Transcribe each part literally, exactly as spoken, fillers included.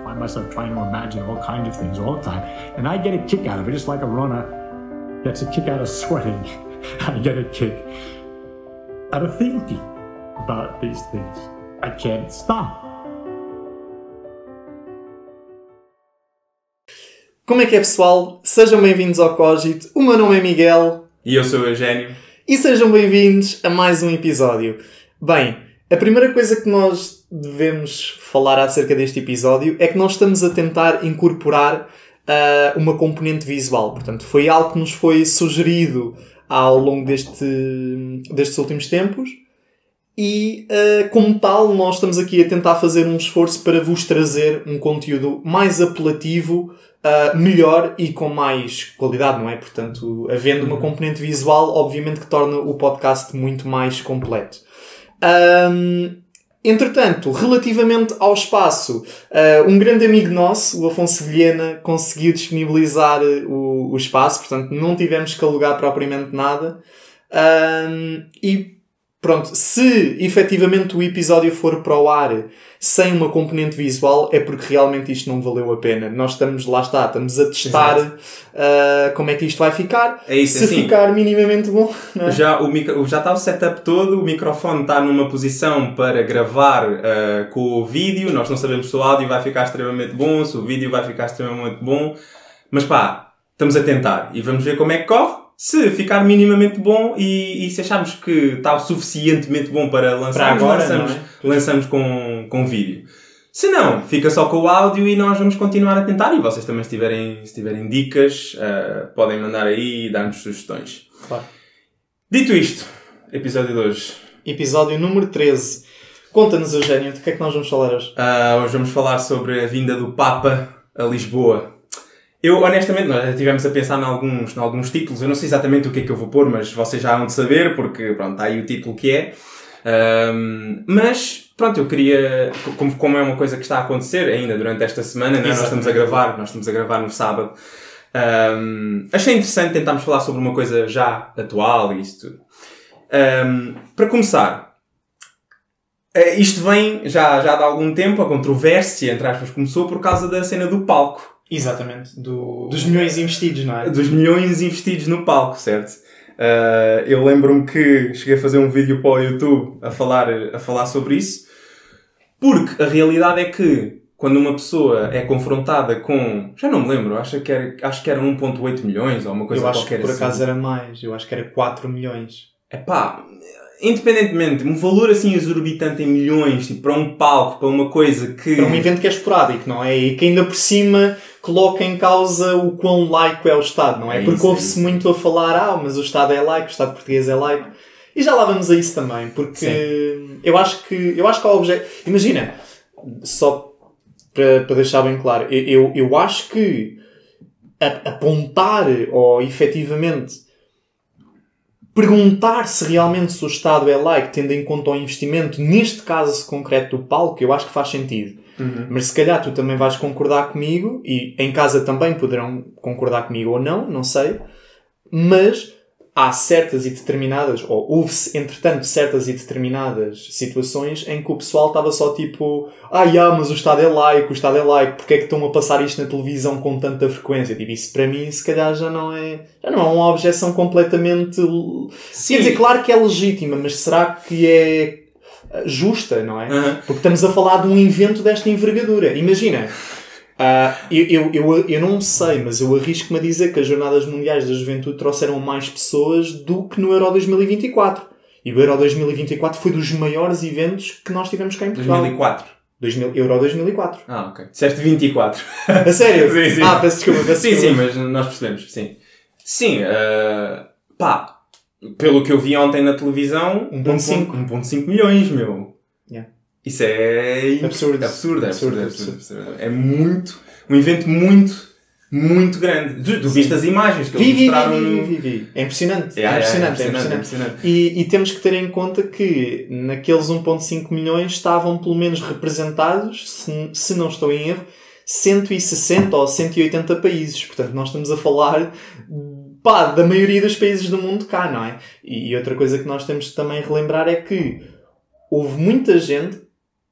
find myself trying to imagine all kinds of things all the time. And I get a kick out of it, just like a runner gets a kick out of sweating. I get a kick out of thinking about these things. I can't stop. Como é que é, pessoal? Sejam bem-vindos ao Cogito. O meu nome é Miguel. E eu sou o Eugénio. E sejam bem-vindos a mais um episódio. Bem, a primeira coisa que nós devemos falar acerca deste episódio é que nós estamos a tentar incorporar uh, uma componente visual. Portanto, foi algo que nos foi sugerido ao longo deste, destes últimos tempos. E, uh, como tal, nós estamos aqui a tentar fazer um esforço para vos trazer um conteúdo mais apelativo, uh, melhor e com mais qualidade, não é? Portanto, havendo uma componente visual, obviamente que torna o podcast muito mais completo. Um, entretanto, relativamente ao espaço, uh, um grande amigo nosso, o Afonso Vilhena, conseguiu disponibilizar o, o espaço, portanto, não tivemos que alugar propriamente nada. Um, e Pronto, se efetivamente o episódio for para o ar sem uma componente visual, é porque realmente isto não valeu a pena. Nós estamos, lá está, estamos a testar uh, como é que isto vai ficar. É isso, se assim, ficar minimamente bom. Não é? já, o micro, já está o setup todo, o microfone está numa posição para gravar uh, com o vídeo. Nós não sabemos se o áudio vai ficar extremamente bom, se o vídeo vai ficar extremamente bom. Mas pá, estamos a tentar e vamos ver como é que corre. Se ficar minimamente bom e, e se acharmos que está o suficientemente bom para lançarmos, para agora, lançamos, é? lançamos com, com vídeo. Se não, fica só com o áudio e nós vamos continuar a tentar. E vocês também, se tiverem, se tiverem dicas, uh, podem mandar aí e dar-nos sugestões. Claro. Dito isto, episódio de hoje. Episódio número treze. Conta-nos, Eugénio, de que é que nós vamos falar hoje? Uh, hoje vamos falar sobre a vinda do Papa a Lisboa. Eu, honestamente, nós estivemos a pensar em alguns, em alguns títulos. Eu não sei exatamente o que é que eu vou pôr, mas vocês já hão de saber, porque, pronto, está aí o título que é. Um, mas, pronto, eu queria... Como, como é uma coisa que está a acontecer ainda durante esta semana, né? Nós estamos a gravar, nós estamos a gravar no sábado. Um, achei interessante tentarmos falar sobre uma coisa já atual e isso tudo. Um, para começar, isto vem já, já de algum tempo, a controvérsia, entre aspas, começou por causa da cena do palco. Exatamente. Do, dos milhões investidos, não é? Dos milhões investidos no palco, certo? Uh, eu lembro-me que cheguei a fazer um vídeo para o YouTube a falar, a falar sobre isso. Porque a realidade é que quando uma pessoa é confrontada com... Já não me lembro, acho que era, acho que era um vírgula oito milhões ou uma coisa eu acho qualquer que por assim. acaso era mais. Eu acho que era quatro milhões. Epá, independentemente, um valor assim exorbitante em milhões, tipo, para um palco, para uma coisa que... Para um evento que é esporádico, não é? E que ainda por cima coloca em causa o quão laico é o Estado, não é? É Porque isso, ouve-se é muito a falar, ah, mas o Estado é laico, o Estado português é laico. E já lá vamos a isso também, porque Sim. eu acho que eu acho que há o objeto... Imagina, só para, para deixar bem claro, eu, eu, eu acho que a, apontar ou efetivamente perguntar se realmente se o Estado é laico, tendo em conta o investimento, neste caso concreto do palco, eu acho que faz sentido. Uhum. Mas se calhar tu também vais concordar comigo, e em casa também poderão concordar comigo ou não, não sei, mas há certas e determinadas, ou houve-se, entretanto, certas e determinadas situações em que o pessoal estava só tipo, ah, yeah, mas o Estado é laico, o Estado é laico, porque é que estão a passar isto na televisão com tanta frequência? Tipo, isso para mim, se calhar, já não é, já não é uma objeção completamente... Sim. Quer dizer, claro que é legítima, mas será que é justa, não é? Uhum. Porque estamos a falar de um evento desta envergadura. Imagina... Uh, eu, eu, eu, eu não sei, mas eu arrisco-me a dizer que as Jornadas Mundiais da Juventude trouxeram mais pessoas do que no Euro dois mil e vinte e quatro. E o Euro dois mil e vinte e quatro foi dos maiores eventos que nós tivemos cá em Portugal. dois mil e quatro. dois mil, Euro dois mil e quatro. Ah, ok. Disseste vinte e quatro. A sério? Sim, sim. Ah, peço desculpa. Peço Sim, desculpa. sim, mas nós percebemos, sim. Sim, uh, pá, pelo que eu vi ontem na televisão, um vírgula cinco um vírgula cinco milhões, meu. Yeah. Isso é... Absurdo. Absurdo, é absurdo, Absurdo, é absurdo, absurdo. É muito... Um evento muito, muito grande. Tu, tu viste as imagens que vi, eles vi, mostraram vi, no... vi, vi, vi. É impressionante. É, É, é, impressionante, é é impressionante, impressionante. é impressionante. E, e temos que ter em conta que naqueles um vírgula cinco milhões estavam pelo menos representados, se, se não estou em erro, cento e sessenta ou cento e oitenta países. Portanto, nós estamos a falar, pá, da maioria dos países do mundo cá, não é? E outra coisa que nós temos que também relembrar é que houve muita gente que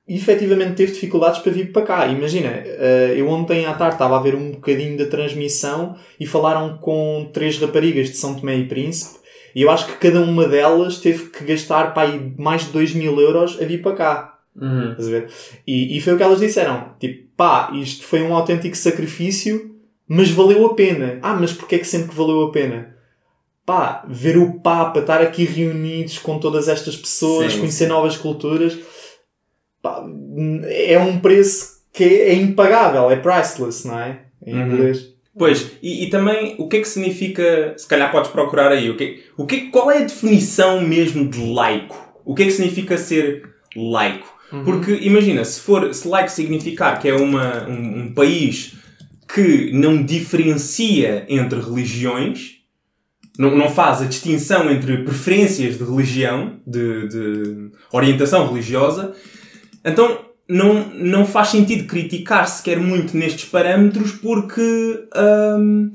efetivamente teve dificuldades para vir para cá. Imagina, eu ontem à tarde estava a ver um bocadinho da transmissão e falaram com três raparigas de São Tomé e Príncipe e eu acho que cada uma delas teve que gastar pá, mais de dois mil euros a vir para cá. Uhum. Estás a ver? E, e foi o que elas disseram. Tipo, pá, isto foi um autêntico sacrifício, mas valeu a pena. Ah, mas porquê é que sente que valeu a pena? Pá, ver o Papa, estar aqui reunidos com todas estas pessoas, sim, conhecer sim. novas culturas... Pá, é um preço que é impagável, é priceless, não é? Em uhum. inglês. Pois, e, e também o que é que significa, se calhar podes procurar aí, o que, o que, qual é a definição mesmo de laico? O que é que significa ser laico? Uhum. Porque imagina, se for se laico significar que é uma, um, um país que não diferencia entre religiões, não, não faz a distinção entre preferências de religião, de, de orientação religiosa, então não, não faz sentido criticar sequer muito nestes parâmetros porque... Hum,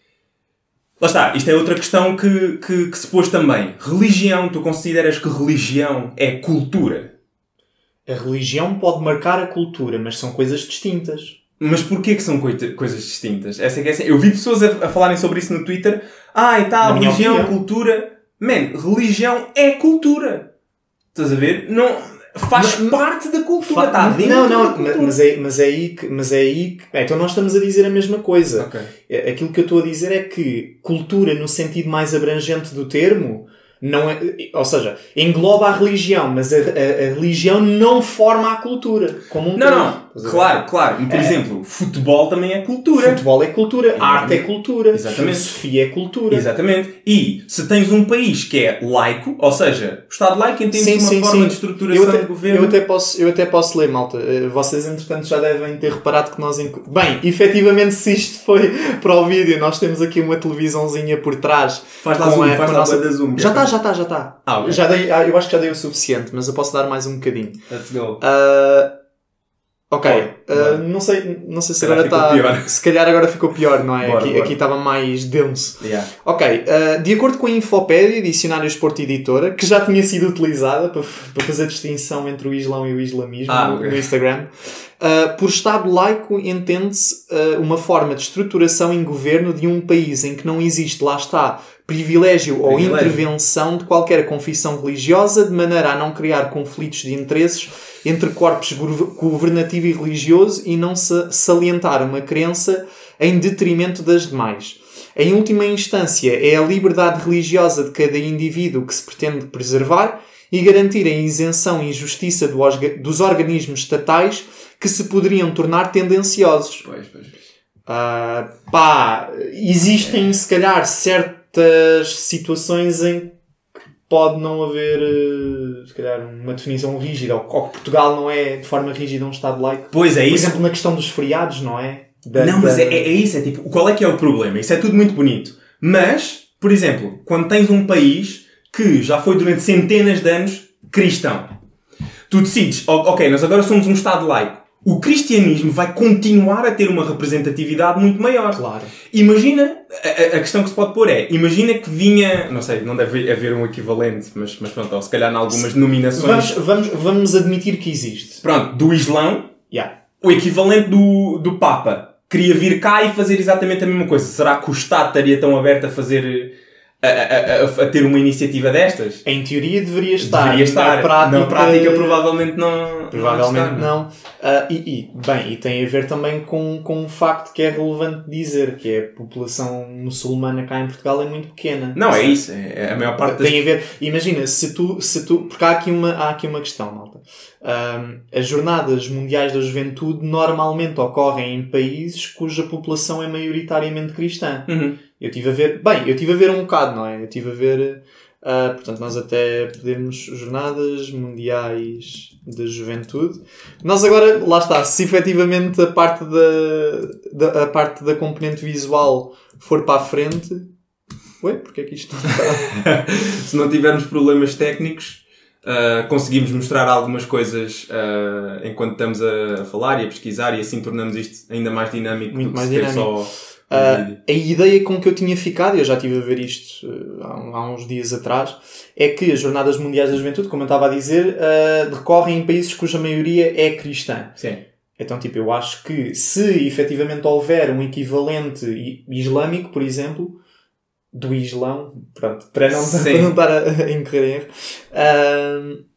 lá está, isto é outra questão que, que, que se pôs também. Religião, tu consideras que religião é cultura? A religião pode marcar a cultura, mas são coisas distintas. Mas porquê que são coi- coisas distintas? Essa é que é assim. Eu vi pessoas a, a falarem sobre isso no Twitter. Ah, e tal, religião, cultura... Man, religião é cultura. Estás a ver? Não... Faz mas, parte da cultura, está dentro não, não, da cultura. Mas é, mas é aí que... Mas é aí que é, então nós estamos a dizer a mesma coisa. Okay. Aquilo que eu estou a dizer é que cultura, no sentido mais abrangente do termo, não é... Ou seja, engloba a religião, mas a, a, a religião não forma a cultura. Como um não, todo. não. Claro, claro. Por é. exemplo, futebol também é cultura. Futebol é cultura. Exatamente. Arte é cultura. Exatamente. Filosofia é cultura. Exatamente. E se tens um país que é laico, ou seja, o Estado laico entende-se uma sim, forma sim. de estruturação eu até, do governo... Eu até, posso, eu até posso ler, malta. Vocês, entretanto, já devem ter reparado que nós... Bem, efetivamente, se isto foi para o vídeo, nós temos aqui uma televisãozinha por trás. Faz lá zoom, a, faz lá nossa... da zoom. Já está, já está, já está. Ah, okay. Já dei, eu acho que já dei o suficiente, mas eu posso dar mais um bocadinho. Let's go. Uh, ok. Bora, uh, não sei, não sei se, se agora está... Pior. Se calhar agora ficou pior, não é? Bora, aqui, bora. aqui estava mais denso. Yeah. Ok. Uh, de acordo com a Infopédia, Dicionário Esporte Editora, que já tinha sido utilizada para, para fazer a distinção entre o Islão e o Islamismo ah, no, okay. no Instagram, uh, por Estado laico entende-se uh, uma forma de estruturação em governo de um país em que não existe, lá está, privilégio, privilégio ou intervenção de qualquer confissão religiosa, de maneira a não criar conflitos de interesses entre corpos governativo e religioso e não se salientar uma crença em detrimento das demais. Em última instância, é a liberdade religiosa de cada indivíduo que se pretende preservar e garantir a isenção e justiça do, dos organismos estatais que se poderiam tornar tendenciosos. Pois, pois. Uh, pá, existem, se calhar, certas situações em que pode não haver, se calhar, uma definição rígida, ou que Portugal não é, de forma rígida, um Estado laico. Pois é, Por isso. exemplo, na questão dos feriados, não é? Da, não, da... mas é, é isso, é tipo, qual é que é o problema? Isso é tudo muito bonito. Mas, por exemplo, quando tens um país que já foi durante centenas de anos cristão, tu decides, ok, nós agora somos um Estado laico. O cristianismo vai continuar a ter uma representatividade muito maior. Claro. Imagina, a, a questão que se pode pôr é, imagina que vinha, não sei, não deve haver um equivalente, mas, mas pronto, ou se calhar em algumas denominações... Vamos, vamos, vamos admitir que existe. Pronto, do Islão, yeah. o equivalente do, do Papa queria vir cá e fazer exatamente a mesma coisa. Será que o Estado estaria tão aberto a fazer... A, a, a, a ter uma iniciativa destas? Em teoria deveria estar. Deveria estar. Na prática, na prática provavelmente não. Provavelmente não. não. Uh, e, e, bem, e tem a ver também com, com um facto que é relevante dizer, que é a população muçulmana cá em Portugal é muito pequena. Não, é isso. É a maior parte das... Tem a ver... Imagina, se tu... Se tu porque há aqui uma, há aqui uma questão, malta. Um, as Jornadas Mundiais da Juventude normalmente ocorrem em países cuja população é maioritariamente cristã. Uhum. Eu estive a ver... Bem, eu estive a ver um bocado, não é? Eu estive a ver... Uh, portanto, nós até podemos... Jornadas Mundiais da Juventude. Nós agora... Lá está. Se efetivamente a parte da... da a parte da componente visual for para a frente... Ué? Porque é que isto não está... Se não tivermos problemas técnicos... Uh, conseguimos mostrar algumas coisas uh, enquanto estamos a falar e a pesquisar e assim tornamos isto ainda mais dinâmico Muito do que mais se ter dinâmico. só Uh, a ideia com que eu tinha ficado, e eu já estive a ver isto uh, há, há uns dias atrás, é que as Jornadas Mundiais da Juventude, como eu estava a dizer, uh, decorrem em países cuja maioria é cristã. Sim. Então, tipo, eu acho que se efetivamente houver um equivalente islâmico, por exemplo, do Islão, pronto, para não, para não estar a, a incorrer em erro, uh,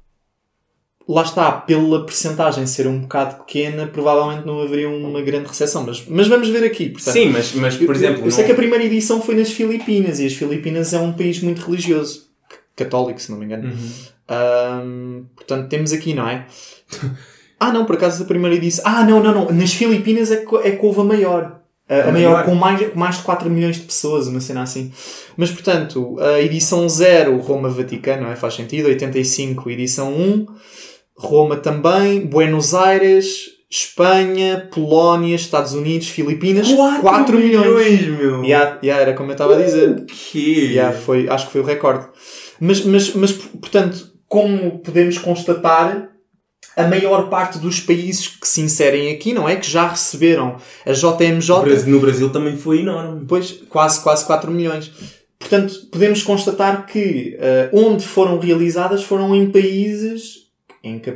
lá está, pela percentagem ser um bocado pequena, provavelmente não haveria uma grande recepção. Mas, mas vamos ver aqui. Portanto, sim, mas, mas por exemplo... Eu, eu sei não... que a primeira edição foi nas Filipinas, e as Filipinas é um país muito religioso. Católico, se não me engano. Uhum. Um, portanto, temos aqui, não é? Ah, não, por acaso a primeira edição... Ah, não, não, não. Nas Filipinas é que, é que houve a maior. A, a maior, maior, com mais, com mais de quatro milhões de pessoas, uma cena assim. Mas, portanto, a edição zero, Roma-Vaticano, não é? Faz sentido. oitenta e cinco, edição um... Roma também, Buenos Aires, Espanha, Polónia, Estados Unidos, Filipinas, quatro milhões, meu. Yeah, yeah, era como eu estava a dizer. O quê? Yeah, foi, acho que foi o recorde. Mas, mas, mas, portanto, como podemos constatar, a maior parte dos países que se inserem aqui, não é? Que já receberam a J M J. No Brasil, no Brasil também foi enorme. Pois, quase, quase quatro milhões. Portanto, podemos constatar que uh, onde foram realizadas foram em países em que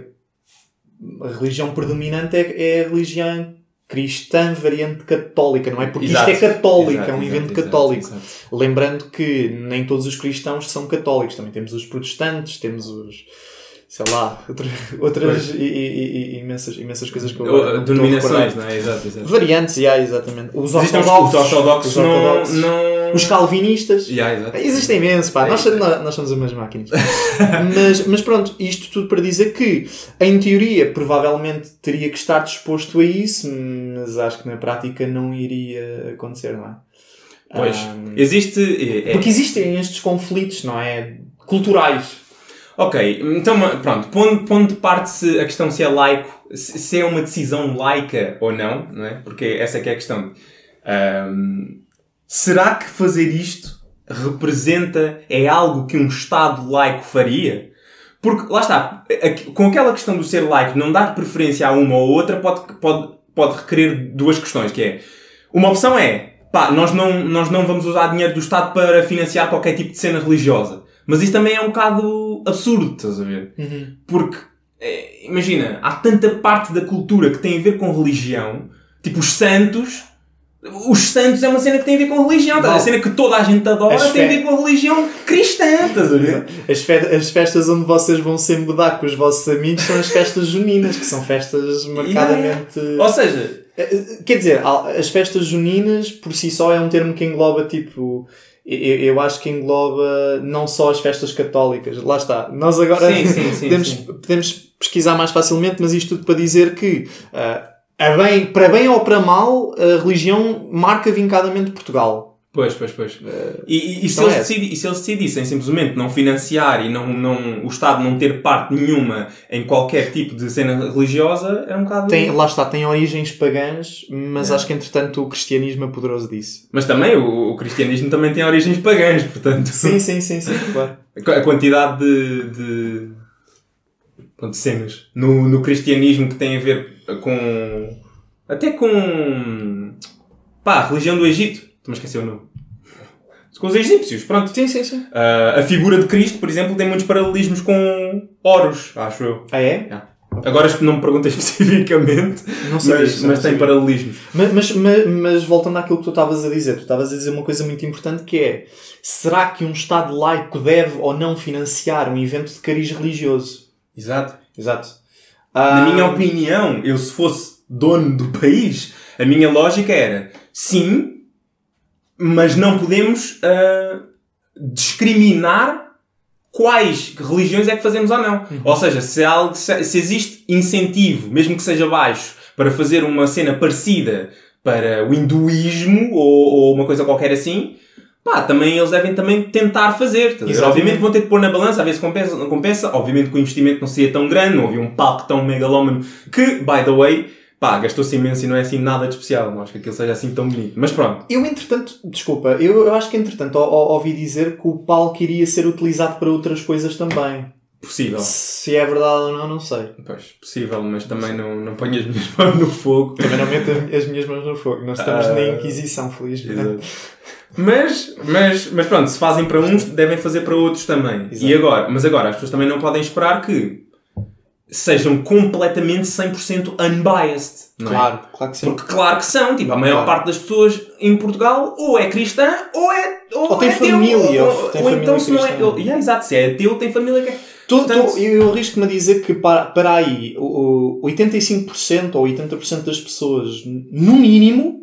a religião predominante é, é a religião cristã variante católica, não é? Porque exato, isto é católico, exato, é um evento exato, católico. Exato, exato. Lembrando que nem todos os cristãos são católicos. Também temos os protestantes, temos os... sei lá, outras, outras e, e, e, imensas, imensas coisas que eu... eu denominações, não é? Exato, exato. Variantes, yeah, exatamente. Os Existem ortodoxos, os ortodoxos, os ortodoxos não, não... Os calvinistas. Yeah, exato. Existem imensos, pá. É, nós, é. nós somos umas máquinas. mas, mas pronto, isto tudo para dizer que, em teoria, provavelmente teria que estar disposto a isso, mas acho que na prática não iria acontecer, não é? Pois, um, existe... É... Porque existem estes conflitos, não é? Culturais. Ok, então pronto, pondo, pondo de parte se a questão se é laico, se, se é uma decisão laica ou não, não é? Porque essa é que é a questão. Um, será que fazer isto representa, é algo que um Estado laico faria? Porque, lá está, com aquela questão do ser laico, não dar preferência a uma ou outra pode, pode, pode requerer duas questões, que é, uma opção é, pá, nós não, nós não vamos usar dinheiro do Estado para financiar qualquer tipo de cena religiosa. Mas isso também é um bocado absurdo, estás a ver? Uhum. Porque, é, imagina, há tanta parte da cultura que tem a ver com religião, tipo os santos, os santos é uma cena que tem a ver com religião, estás a ver? A cena que toda a gente adora as tem fe... a ver com a religião cristã, estás a ver? As, fe... as festas onde vocês vão se embedar com os vossos amigos são as festas juninas, que são festas marcadamente... Yeah. Ou seja... Quer dizer, as festas juninas, por si só, é um termo que engloba, tipo... Eu acho que engloba não só as festas católicas. Lá está. Nós agora sim, sim, sim, podemos, sim. podemos pesquisar mais facilmente, mas isto tudo para dizer que, uh, a bem, para bem ou para mal, a religião marca vincadamente Portugal. Pois, pois, pois. Uh, e, e, e, se eles é. decidi, e se eles decidissem simplesmente não financiar e não, não, o Estado não ter parte nenhuma em qualquer tipo de cena religiosa, é um bocado... Tem, lá está, tem origens pagãs, mas é. acho que entretanto o cristianismo é poderoso disso. Mas também o, o cristianismo também tem origens pagãs, portanto... Sim, sim, sim, sim, claro. A quantidade de... de, de cenas no, no cristianismo que tem a ver com... até com... pá, a religião do Egito. Mas esqueci o nome. Com os egípcios, pronto. Sim, sim, sim. Uh, a figura de Cristo, por exemplo, tem muitos paralelismos com Horus, acho eu. Ah, é? Yeah. Agora não me perguntei especificamente, não sei mas, isso, mas tem paralelismos. Mas, mas, mas, mas voltando àquilo que tu estavas a dizer, tu estavas a dizer uma coisa muito importante que é, será que um Estado laico deve ou não financiar um evento de cariz religioso? Exato. Exato. Na ah, minha opinião, eu se fosse dono do país, a minha lógica era, sim... mas não podemos uh, discriminar quais religiões é que fazemos ou não. Uhum. Ou seja, se, há algo, se, se existe incentivo, mesmo que seja baixo, para fazer uma cena parecida para o hinduísmo ou, ou uma coisa qualquer assim, pá, também eles devem também tentar fazer. Obviamente vão ter de pôr na balança, a ver se compensa, não compensa. Obviamente que o investimento não seria tão grande, não havia um palco tão megalómano que, by the way... pá, gastou-se imenso e não é assim nada de especial. Não acho que aquilo seja assim tão bonito. Mas pronto. Eu, entretanto, desculpa, eu, eu acho que, entretanto, ó, ó, ouvi dizer que o palco iria ser utilizado para outras coisas também. possível. Se é verdade ou não, não sei. Pois, possível, mas também não, não ponho as minhas mãos no fogo. Também não meto as minhas mãos no fogo. Não estamos Ah, na Inquisição, felizmente. Exato. Mas, mas, mas pronto, se fazem para uns, devem fazer para outros também. Exato. E agora, mas agora, as pessoas também não podem esperar que sejam completamente cem por cento unbiased. Não é? Claro, claro que sim. Porque claro que são, tipo, a maior Claro. parte das pessoas em Portugal ou é cristã ou é ou, Ou tem é ateu, família, ou, ou ou, tem ou família então se não é, cristã. ou, yeah, exato, se é ateu tem família que é. Tu, Portanto- tu, eu arrisco-me a dizer que para, para aí o, o oitenta e cinco por cento ou oitenta por cento das pessoas, no mínimo,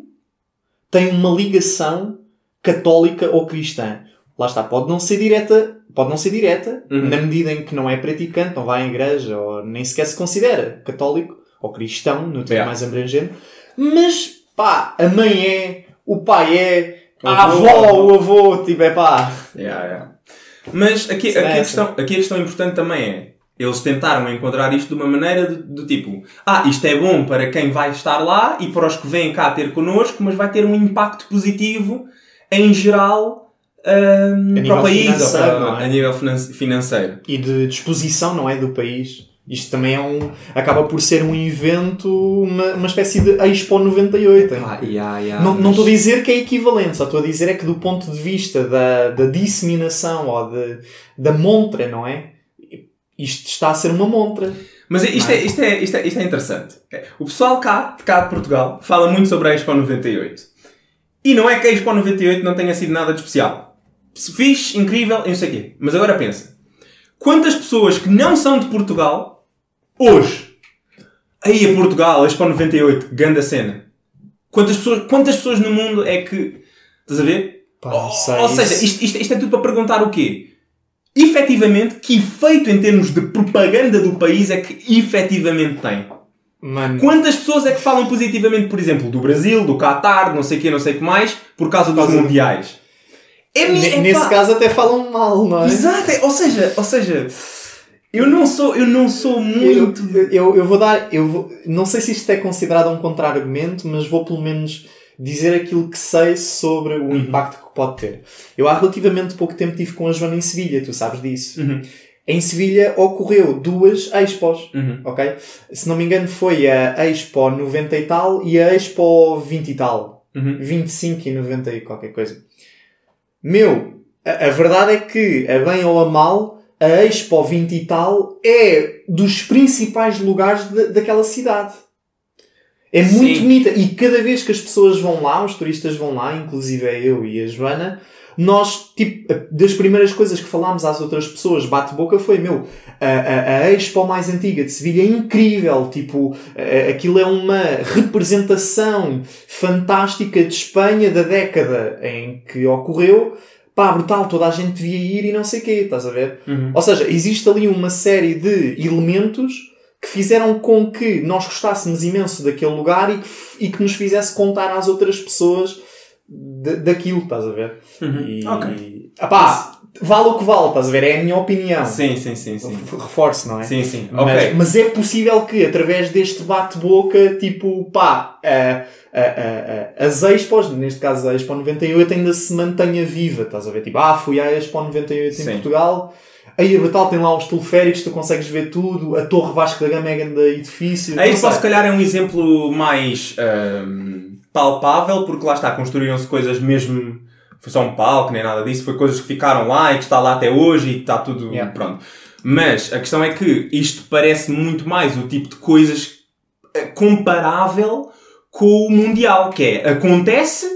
têm uma ligação católica ou cristã. Lá está, pode não ser direta, pode não ser direta, Uhum. na medida em que não é praticante, não vai à igreja, ou nem sequer se considera católico ou cristão, no termo Yeah. mais abrangente. Mas, pá, a mãe é, o pai é, O a avô. avó, o avô, tipo, é pá. Yeah, yeah. Mas aqui, Se aqui, a nessa. questão, aqui a questão importante também é, eles tentaram enquadrar isto de uma maneira do, do tipo, ah, isto é bom para quem vai estar lá e para os que vêm cá ter connosco, mas vai ter um impacto positivo em geral hum, para nível o país, ou financeiro, para, não é? a nível finan- financeiro. E de disposição, não é, do país. Isto também é um... Acaba por ser um evento, uma, uma espécie de Expo noventa e oito. Ah, yeah, yeah, não, mas- não estou a dizer que é equivalente, só estou a dizer é que do ponto de vista da, da disseminação ou de, da montra, não é? Isto está a ser uma montra. Mas isto Não é, é? isto, é, isto, é, isto é interessante. O pessoal cá, de cá de Portugal, fala muito sobre a Expo noventa e oito. E não é que a Expo noventa e oito não tenha sido nada de especial. Fixe, incrível, e não sei o quê. Mas agora pensa. Quantas pessoas que não são de Portugal, hoje, aí a Portugal, a Expo noventa e oito, grande cena. Quantas pessoas, quantas pessoas no mundo é que... Estás a ver? Pá, não ou, sei, ou seja, isso- isto, isto, isto é tudo para perguntar o quê? Efetivamente, que efeito em termos de propaganda do país é que efetivamente tem? Mano, Quantas pessoas é que falam positivamente, por exemplo, do Brasil, do Qatar, de não sei o quê, não sei o que mais, por causa dos causa- mundiais? É, mi- ne- é nesse pá. caso até falam mal, não é? Exato, é- ou seja, ou seja, eu não sou, eu não sou Eu, muito... eu, eu vou dar... Eu vou, não sei se isto é considerado um contra-argumento, mas vou pelo menos dizer aquilo que sei sobre o Uhum. impacto que pode ter. Eu há relativamente pouco tempo estive com a Joana em Sevilha, tu sabes disso. Uhum, Em Sevilha ocorreu duas expos, uhum. ok? Se não me engano foi a Expo noventa e tal e a Expo vinte e tal. Uhum. vinte e cinco e noventa e qualquer coisa. Meu, a, a verdade é que, a bem ou a mal, a Expo vinte e tal é dos principais lugares de, daquela cidade. É muito Sim. bonita. E cada vez que as pessoas vão lá, os turistas vão lá, inclusive é eu e a Joana, nós, tipo, das primeiras coisas que falámos às outras pessoas, bate-boca, foi, meu, a, a, a Expo mais antiga de Sevilha é incrível, tipo, a- aquilo é uma representação fantástica de Espanha da década em que ocorreu, pá, brutal, toda a gente devia ir e não sei o quê, estás a ver? Uhum. Ou seja, existe ali uma série de elementos que fizeram com que nós gostássemos imenso daquele lugar e que, f- e que nos fizesse contar às outras pessoas de- daquilo, estás a ver? Uhum. E, Ok. Epá, vale o que vale, estás a ver? É a minha opinião. Sim, sim, sim, sim. F- Reforço, não é? Sim, sim. Mas, Ok. mas é possível que, através deste bate-boca, tipo, pá, a, a, a, a, as Expos, neste caso a Expo noventa e oito, ainda se mantenha viva, estás a ver? Tipo, ah, fui à Expo noventa e oito em Sim. Portugal, aí a Brutal tem lá os teleféricos, tu consegues ver tudo, a Torre Vasco da Gama é grande edifício. A não Expo sei. se calhar é um exemplo mais ahm, palpável, porque lá está, construíram-se coisas mesmo... Foi só um palco, nem nada disso. Foi coisas que ficaram lá e que está lá até hoje e que está tudo... Yeah. Pronto. Mas a questão é que isto parece muito mais o tipo de coisas eh, comparável com o Mundial, que é, acontece,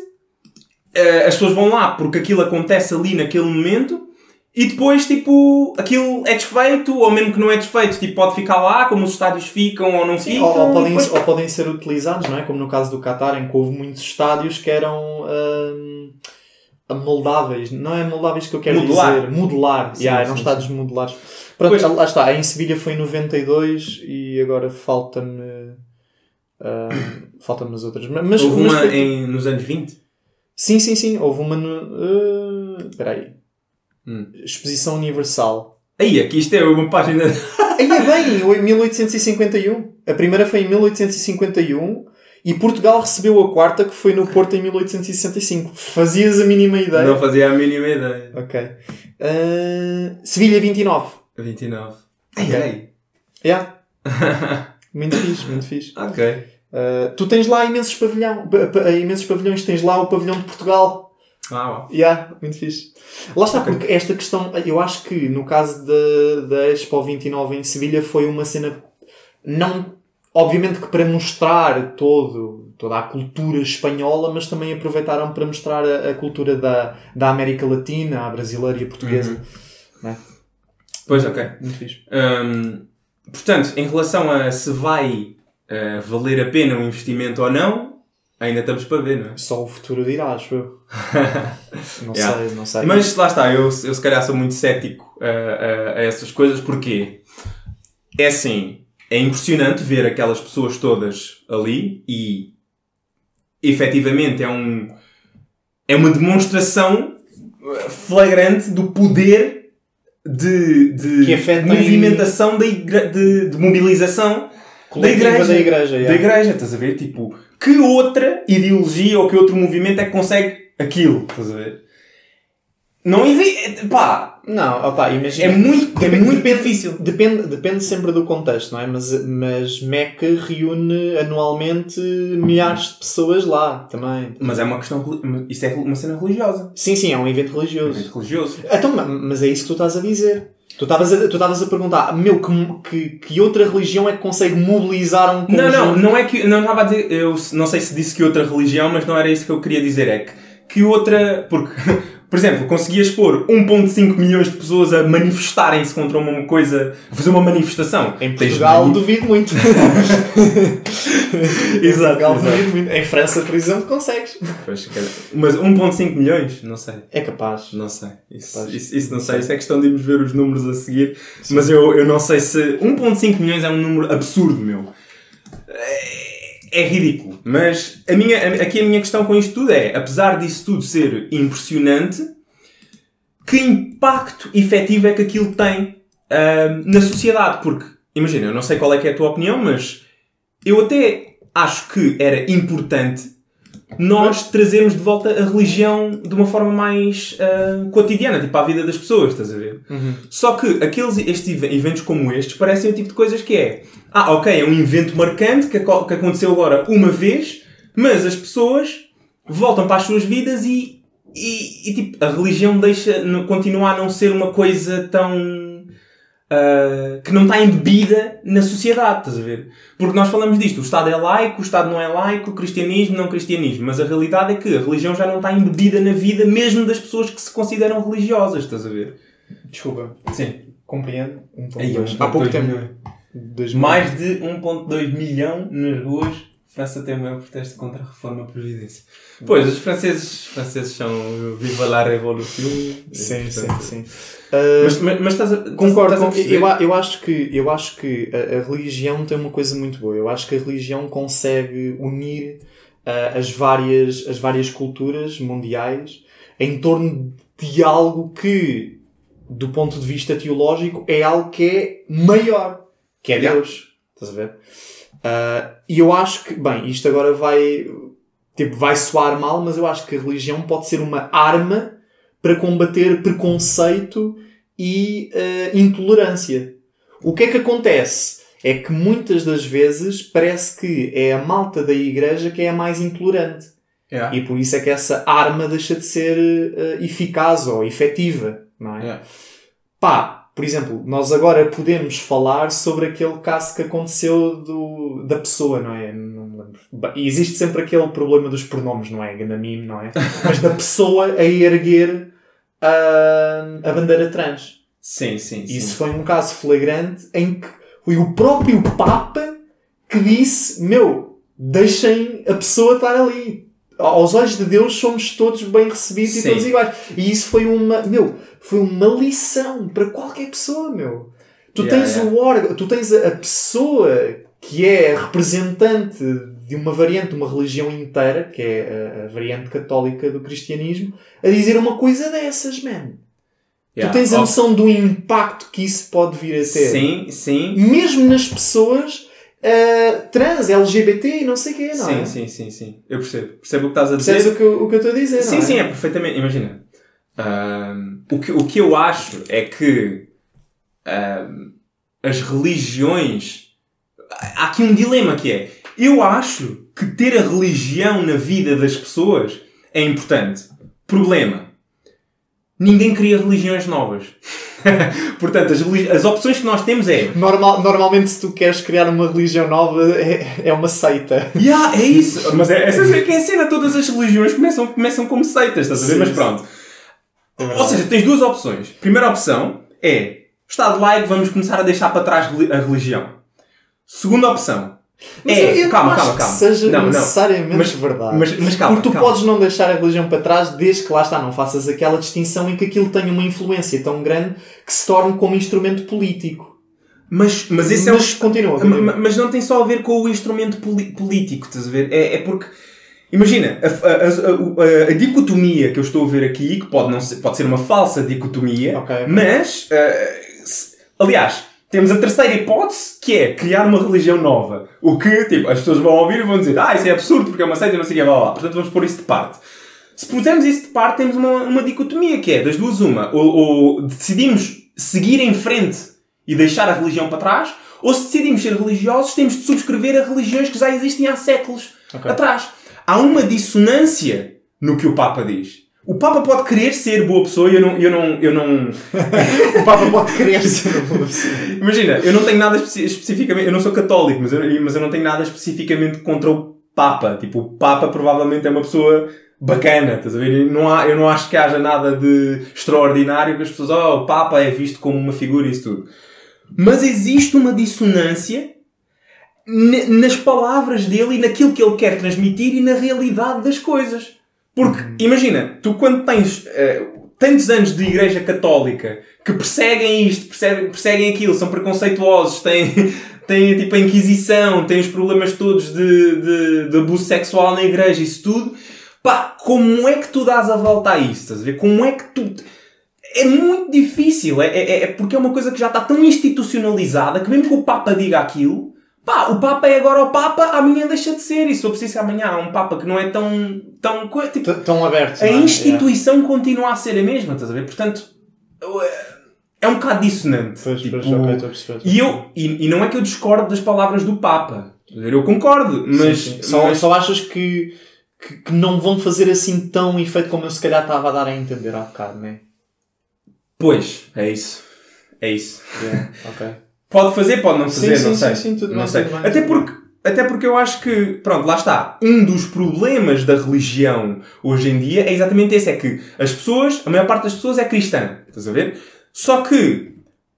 eh, as pessoas vão lá porque aquilo acontece ali naquele momento e depois, tipo, aquilo é desfeito, ou mesmo que não é desfeito, tipo, pode ficar lá, como os estádios ficam ou não Sim, ficam. ou, ou e podem, depois- ou podem ser utilizados, não é? Como no caso do Qatar, em que houve muitos estádios que eram hum, moldáveis. Não é moldáveis que eu quero Modular. dizer. Modular. Sim, Yeah, eram sim, estádios modulares. Pronto, Pois. lá está. Em Sevilha foi em noventa e dois e agora falta-me... hum, falta-me as outras. Mas, Houve mas uma foi- em, nos anos vinte? Sim, sim, sim. Houve uma no... uh, Espera aí. Hum. Exposição Universal. Aí, aqui isto é uma página... Aí é bem, em mil oitocentos e cinquenta e um. A primeira foi em mil oitocentos e cinquenta e um e Portugal recebeu a quarta, que foi no Porto em mil oitocentos e sessenta e cinco. Fazias a mínima ideia? Não fazia a mínima ideia. Ok. Uh, Sevilha vinte e nove. vinte e nove. Ai, ai. Yeah. Muito fixe, muito fixe. Ok. Uh, tu tens lá imensos, pavilhão, pa, pa, imensos pavilhões. Tens lá o pavilhão de Portugal. Ah, uau. Yeah, muito fixe. Lá está, Okay. porque esta questão, eu acho que no caso da, da Expo vinte e nove em Sevilha foi uma cena, não, obviamente que para mostrar todo, toda a cultura espanhola, mas também aproveitaram para mostrar a, a cultura da, da América Latina, a brasileira e a portuguesa. Uhum. Não é? Pois, ok. Muito fixe. Hum, portanto, em relação a se vai uh, valer a pena o investimento ou não, ainda estamos para ver, não é? Só o futuro dirá, acho eu. Não Yeah. sei, não sei. Mas lá está, eu, eu se calhar sou muito cético a, a, a essas coisas, porque é assim, é impressionante ver aquelas pessoas todas ali e efetivamente é um é uma demonstração flagrante do poder de, de Que afeta movimentação da igre... de, de mobilização da igreja, da igreja, yeah. da igreja, estás a ver? Tipo, que outra ideologia ou que outro movimento é que consegue aquilo, estás a ver? Não existe, pá, Não, opa, imagina. é muito, é Depende- muito depende- difícil. Depende, depende sempre do contexto, não é? Mas, mas Meca reúne anualmente milhares de pessoas lá também. Mas é uma questão, reli- isso é uma cena religiosa. Sim, sim, é um evento É religioso. religioso. Então, ma- mas é isso que tu estás a dizer. Tu estavas a, tu estavas a perguntar, meu, que, que, que outra religião é que consegue mobilizar um conjunto? Não, não, não é que, não estava a dizer, eu não sei se disse que outra religião, mas não era isso que eu queria dizer, é que, que outra, porque, por exemplo, conseguias pôr um vírgula cinco milhões de pessoas a manifestarem-se contra uma coisa, a fazer uma manifestação. Em Tens Portugal mani- duvido muito. Em Exato, Portugal exato. duvido muito. Em França, por exemplo, consegues. Pois, cara, mas um vírgula cinco milhões? Não sei. É capaz. Não sei. Isso, Capaz. isso, isso não sei. Isso é questão de irmos ver os números a seguir. Mas eu, eu não sei se... um vírgula cinco milhões é um número absurdo, meu. É, é ridículo. Mas a minha, a- aqui a minha questão com isto tudo é, apesar disso tudo ser impressionante, que impacto efetivo é que aquilo tem ah, na sociedade? Porque, imagina, eu não sei qual é que é a tua opinião, mas eu até acho que era importante nós trazermos de volta a religião de uma forma mais ah, cotidiana, tipo à vida das pessoas, estás a ver? Uhum. Só que aqueles estes ev- eventos como estes parecem o tipo de coisas que é ah, ok, é um evento marcante que, aco- que aconteceu agora uma vez, mas as pessoas voltam para as suas vidas e, e, e, tipo, a religião deixa, no- continua a não ser uma coisa tão... ah, que não está embebida na sociedade, estás a ver? Porque nós falamos disto, o Estado é laico, o Estado não é laico, o cristianismo não cristianismo, mas a realidade é que a religião já não está embebida na vida mesmo das pessoas que se consideram religiosas, estás a ver? Desculpa. Sim. Compreendo. Um ponto Aí, dois. um Há ponto pouco dois tempo. milhões. Dois Mais de um vírgula dois milhão nas ruas. França tem o maior protesto contra a reforma da Previdência. Pois, os franceses, os franceses são viva la revolution. Sim, sim, Portanto, sim. Mas, mas, mas estás a, Concordo. estás a com- perceber? eu, a- eu acho que, eu acho que a, a religião tem uma coisa muito boa. Eu acho que a religião consegue unir ah, as, várias, as várias culturas mundiais em torno de algo que, do ponto de vista teológico, é algo que é maior. Que é Yeah. Deus. Estás a ver? Ah, e eu acho que, bem, isto agora vai, tipo, vai soar mal, mas eu acho que a religião pode ser uma arma para combater preconceito e ah, intolerância. O que é que acontece? É que muitas das vezes parece que é a malta da igreja que é a mais intolerante. Yeah. E por isso é que essa arma deixa de ser ah, eficaz ou efetiva, não é? Yeah. Pá, por exemplo, nós agora podemos falar sobre aquele caso que aconteceu do, da pessoa, não é? Não me lembro. Ba- E existe sempre aquele problema dos pronomes, não é? Ganamim, não é? Mas da pessoa a erguer a, a bandeira trans. Sim, sim, sim. Isso foi um caso flagrante em que foi o próprio Papa que disse, meu, deixem a pessoa estar ali. Aos olhos de Deus somos todos bem recebidos Sim. e todos iguais. E isso foi uma, meu, foi uma lição para qualquer pessoa, meu. Tu Yeah, tens yeah. o órgão, tu tens a, a pessoa que é representante de uma variante de uma religião inteira, que é a, a variante católica do cristianismo, a dizer uma coisa dessas, man. Yeah. Tu tens a Oh, noção do impacto que isso pode vir a ter. Sim, sim. Mesmo nas pessoas uh, trans, L G B T e não sei o quê, não Sim, é? sim, sim, sim. Eu percebo. Percebo o que estás a dizer. Percebes o que, eu- o que eu estou a dizer, Sim, não é? sim, é perfeitamente. Imagina. Ahm, o, que, o que eu acho é que ahm, a as religiões... Há aqui um dilema que é... Eu acho que ter a religião na vida das pessoas é importante. Problema. Ninguém cria religiões novas. Portanto, as, as opções que nós temos é... Normal, normalmente, se tu queres criar uma religião nova, é, é uma seita. Yeah, é isso. Mas é, essa é que é a cena. Todas as religiões começam, começam como seitas, estás a ver? Sim, mas pronto. É. Ou seja, tens duas opções. Primeira opção é... Estado laico, vamos começar a deixar para trás a religião. Segunda opção... Mas é, eu calma, não calma, acho calma. que seja não, necessariamente não. Mas, verdade. Mas, mas calma, Porque tu calma. podes não deixar a religião para trás desde que lá está, não faças aquela distinção em que aquilo tenha uma influência tão grande que se torne como instrumento político. Mas, mas esse mas é o... continua, continua. Mas não tem só a ver com o instrumento poli- político, estás a ver? É, é porque... Imagina, a, a, a, a, a dicotomia que eu estou a ver aqui, que pode, não ser, pode ser uma falsa dicotomia, okay, okay. mas... Uh, se, aliás... Temos a terceira hipótese, que é criar uma religião nova. O que, tipo, as pessoas vão ouvir e vão dizer ah, isso é absurdo porque é uma seita e não sei o que, blá, blá, blá. Portanto, vamos pôr isso de parte. Se pusermos isso de parte, temos uma, uma dicotomia, que é, das duas uma. Ou, ou decidimos seguir em frente e deixar a religião para trás, ou se decidimos ser religiosos, temos de subscrever a religiões que já existem há séculos okay. atrás. Há uma dissonância no que o Papa diz. O Papa pode querer ser boa pessoa e eu não... Eu não, eu não... o Papa pode querer ser boa pessoa. Imagina, eu não tenho nada especi- especificamente... Eu não sou católico, mas eu, mas eu não tenho nada especificamente contra o Papa. Tipo, o Papa provavelmente é uma pessoa bacana, estás a ver? Não há, eu não acho que haja nada de extraordinário que as pessoas... Oh, o Papa é visto como uma figura e isso tudo. Mas existe uma dissonância n- nas palavras dele e naquilo que ele quer transmitir e na realidade das coisas. Porque, imagina, tu quando tens uh, tantos anos de igreja católica que perseguem isto, perseguem, perseguem aquilo, são preconceituosos, têm, têm tipo a Inquisição, têm os problemas todos de, de, de abuso sexual na igreja, isso tudo, pá, como é que tu dás a volta a isso? Estás a ver? Como é que tu... É muito difícil, é, é, é porque é uma coisa que já está tão institucionalizada que mesmo que o Papa diga aquilo... Pá, o Papa é agora o Papa, amanhã deixa de ser. E se eu preciso que amanhã há um Papa que não é tão... tão, tipo, tão aberto. A não é? instituição yeah. continua a ser a mesma, estás a ver? Portanto, é um bocado dissonante. Pois, tipo, pois, okay, estou a perceber, e, eu, e, e não é que eu discordo das palavras do Papa. Eu concordo, mas... Sim, sim. Só, mas... só achas que, que, que não vão fazer assim tão efeito como eu se calhar estava a dar a entender há bocado, não é? Pois, é isso. É isso. Yeah, ok. Pode fazer, pode não fazer, sim, não sim, sei. Sim, sim, tudo não bem, sei. tudo bem, até, tudo porque, bem. até porque eu acho que, pronto, lá está. Um dos problemas da religião hoje em dia é exatamente esse. É que as pessoas, a maior parte das pessoas é cristã. Estás a ver? Só que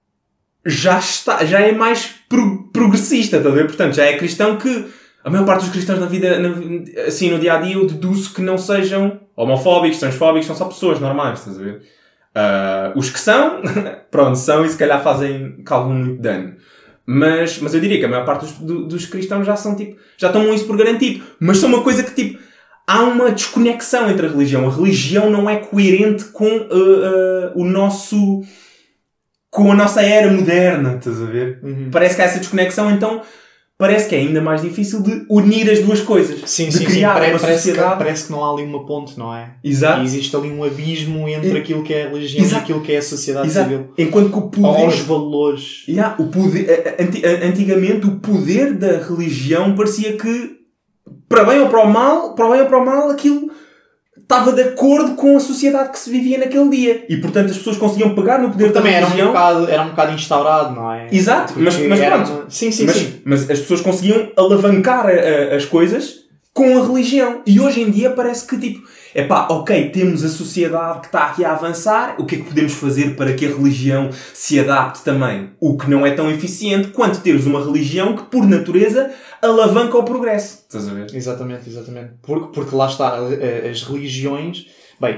já, está, já é mais pro, progressista, estás a ver? Portanto, já é cristão que a maior parte dos cristãos na vida, na, assim, no dia-a-dia, eu deduzo que não sejam homofóbicos, transfóbicos, são só pessoas normais, estás a ver? Uh, os que são, pronto, são e se calhar fazem algum muito dano. Mas, mas eu diria que a maior parte dos, do, dos cristãos já são tipo, já tomam isso por garantido. Mas são uma coisa que tipo, há uma desconexão entre a religião. A religião não é coerente com uh, uh, o nosso, com a nossa era moderna, estás a ver? Uhum. Parece que há essa desconexão, então parece que é ainda mais difícil de unir as duas coisas. Sim, de sim, criar sim. Parece, uma parece sociedade. Que, parece que não há ali uma ponte, não é? Exato. E existe ali um abismo entre e... aquilo que é a religião Exato. e aquilo que é a sociedade Exato. civil. Enquanto que o poder... Aos valores. Yeah, o poder... Antigamente, o poder da religião parecia que, para bem ou para o mal, para o bem ou para o mal, aquilo estava de acordo com a sociedade que se vivia naquele dia. E, portanto, as pessoas conseguiam pegar no poder Porque da também religião... Era um, bocado, era um bocado instaurado, não é? Exato, mas, mas pronto. Uma... Sim, sim, mas, sim. Mas as pessoas conseguiam alavancar a, a, as coisas com a religião. E hoje em dia parece que, tipo... Epá, ok, temos a sociedade que está aqui a avançar. O que é que podemos fazer para que a religião se adapte também? O que não é tão eficiente quanto teres uma religião que, por natureza, alavanca o progresso. Estás a ver? Exatamente, exatamente. Porque, porque lá está, as religiões... Bem,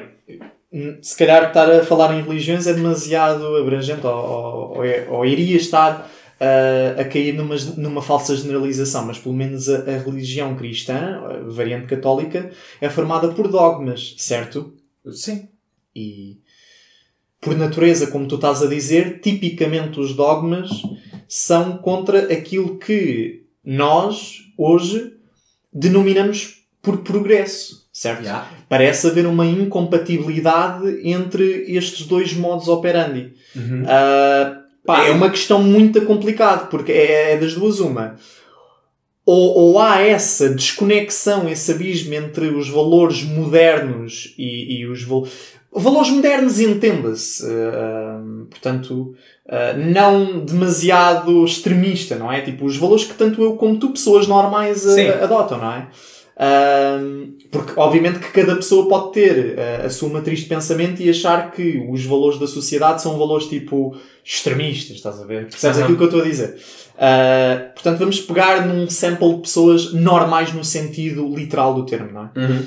se calhar estar a falar em religiões é demasiado abrangente ou, ou, ou, é, ou iria estar uh, a cair numa, numa falsa generalização, mas pelo menos a, a religião cristã, a variante católica, é formada por dogmas, certo? Sim. E, por natureza, como tu estás a dizer, tipicamente os dogmas são contra aquilo que nós, hoje, denominamos por progresso, certo? Yeah. Parece haver uma incompatibilidade entre estes dois modos operandi. Uhum. Uh, Pá, é uma questão muito complicada, porque é, é das duas uma. Ou, ou há essa desconexão, esse abismo entre os valores modernos e, e os val- valores modernos, entenda-se. Uh, portanto, uh, não demasiado extremista, não é? Tipo, os valores que tanto eu como tu, pessoas normais, uh, adotam, não é? Uh, porque, obviamente, que cada pessoa pode ter uh, a sua matriz de pensamento e achar que os valores da sociedade são valores, tipo, extremistas, estás a ver? Percebes Uhum. aquilo que eu estou a dizer? Uh, portanto, vamos pegar num sample de pessoas normais no sentido literal do termo, não é? Uhum.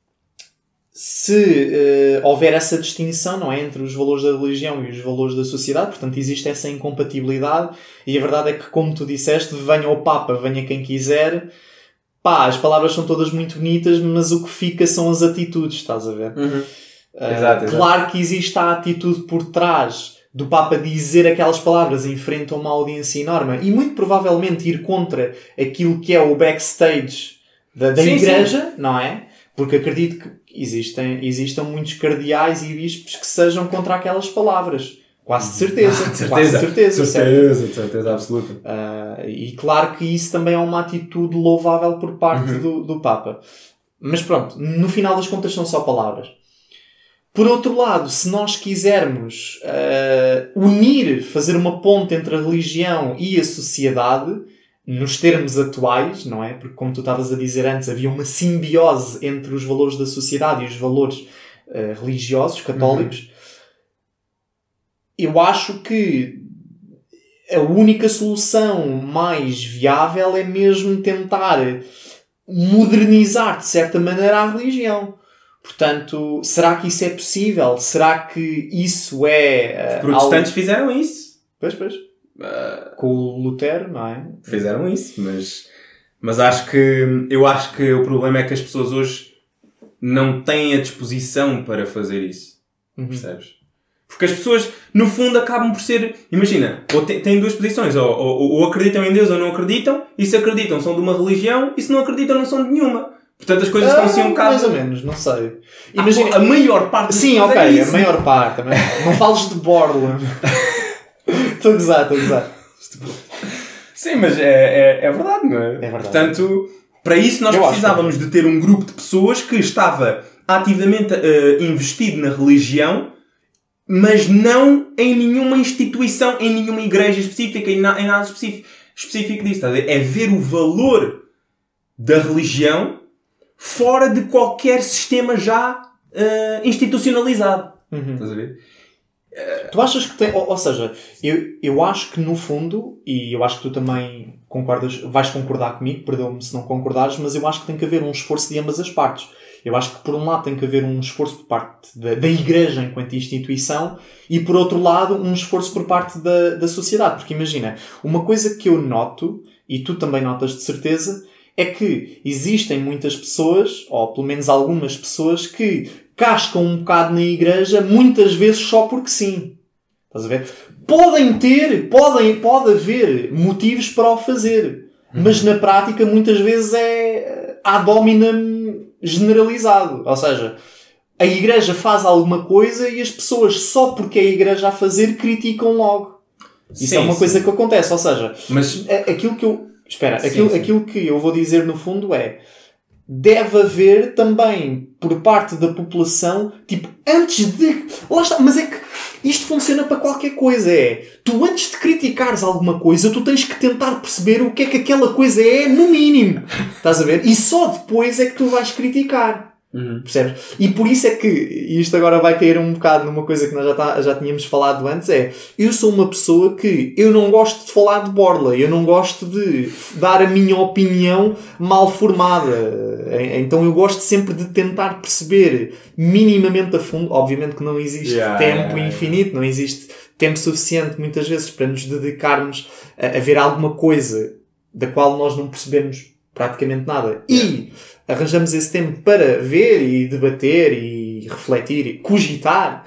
Se uh, houver essa distinção, não é, entre os valores da religião e os valores da sociedade, portanto existe essa incompatibilidade, e a verdade é que, como tu disseste, venha o Papa, venha quem quiser, pá, as palavras são todas muito bonitas, mas o que fica são as atitudes, estás a ver? Uhum. Uh, Exato, exato. Claro que existe a atitude por trás do Papa dizer aquelas palavras em frente a uma audiência enorme, e muito provavelmente ir contra aquilo que é o backstage da, da Sim, igreja, sim. não é? Porque acredito que existem, existam muitos cardeais e bispos que sejam contra aquelas palavras. Quase de certeza. De certeza. Quase de certeza. Certeza, de certeza absoluta. Uh, e claro que isso também é uma atitude louvável por parte Uhum. do, do Papa. Mas pronto, no final das contas são só palavras. Por outro lado, se nós quisermos uh, unir, fazer uma ponte entre a religião e a sociedade, nos termos atuais, não é? Porque, como tu estavas a dizer antes, havia uma simbiose entre os valores da sociedade e os valores uh, religiosos, católicos. Uhum. Eu acho que a única solução mais viável é mesmo tentar modernizar, de certa maneira, a religião. Portanto, será que isso é possível? Será que isso é... Uh, Os protestantes algo... fizeram isso. Pois, pois. Uh, Com o Lutero, não é? Fizeram isso, mas, mas acho que, eu acho que o problema é que as pessoas hoje não têm a disposição para fazer isso. Uhum. Percebes? Porque as pessoas, no fundo, acabam por ser... Imagina, ou te, têm duas posições. Ou, ou, ou acreditam em Deus ou não acreditam. E se acreditam, são de uma religião. E se não acreditam, não são de nenhuma. Portanto, as coisas ah, estão assim um bocado... Mais ou menos, não sei. Imagina, ah, a maior parte... Sim, ok, é a maior parte. Também. Não fales de Borland. Estou a gozar, estou a gozar. Sim, mas é, é, é verdade, não é? É verdade. Portanto, para isso nós Eu precisávamos de ter um grupo de pessoas que estava ativamente uh, investido na religião, mas não em nenhuma instituição, em nenhuma igreja específica, em, na, em nada específico, específico disso. Tá? É ver o valor da religião fora de qualquer sistema já uh, institucionalizado. Uhum. Estás a ver? Tu achas que tem... Ou, ou seja, eu, eu acho que no fundo, e eu acho que tu também concordas, vais concordar comigo, perdoa-me se não concordares, mas eu acho que tem que haver um esforço de ambas as partes. Eu acho que por um lado tem que haver um esforço por parte da, da Igreja enquanto instituição e por outro lado um esforço por parte da, da sociedade. Porque imagina, uma coisa que eu noto, e tu também notas de certeza, é que existem muitas pessoas, ou pelo menos algumas pessoas, que cascam um bocado na igreja, muitas vezes só porque sim. Estás a ver? Podem ter, podem, pode haver motivos para o fazer. Uhum. Mas na prática, muitas vezes é ad hominem generalizado. Ou seja, a igreja faz alguma coisa e as pessoas, só porque é a igreja a fazer, criticam logo. Isso sim, é uma sim. coisa que acontece. Ou seja, mas aquilo que eu... Espera, sim, aquilo, sim. aquilo que eu vou dizer no fundo é: deve haver também, por parte da população, tipo, antes de... Lá está, mas é que isto funciona para qualquer coisa. É, tu antes de criticares alguma coisa, tu tens que tentar perceber o que é que aquela coisa é, no mínimo. Estás a ver? E só depois é que tu vais criticar. Uhum. Percebes? E por isso é que, e isto agora vai cair um bocado numa coisa que nós já, tá, já tínhamos falado antes, é, eu sou uma pessoa que eu não gosto de falar de borla, eu não gosto de dar a minha opinião mal formada, então eu gosto sempre de tentar perceber minimamente a fundo. Obviamente que não existe yeah, tempo yeah, infinito, yeah. não existe tempo suficiente muitas vezes para nos dedicarmos a, a ver alguma coisa da qual nós não percebemos praticamente nada. Yeah. E arranjamos esse tempo para ver e debater e refletir e cogitar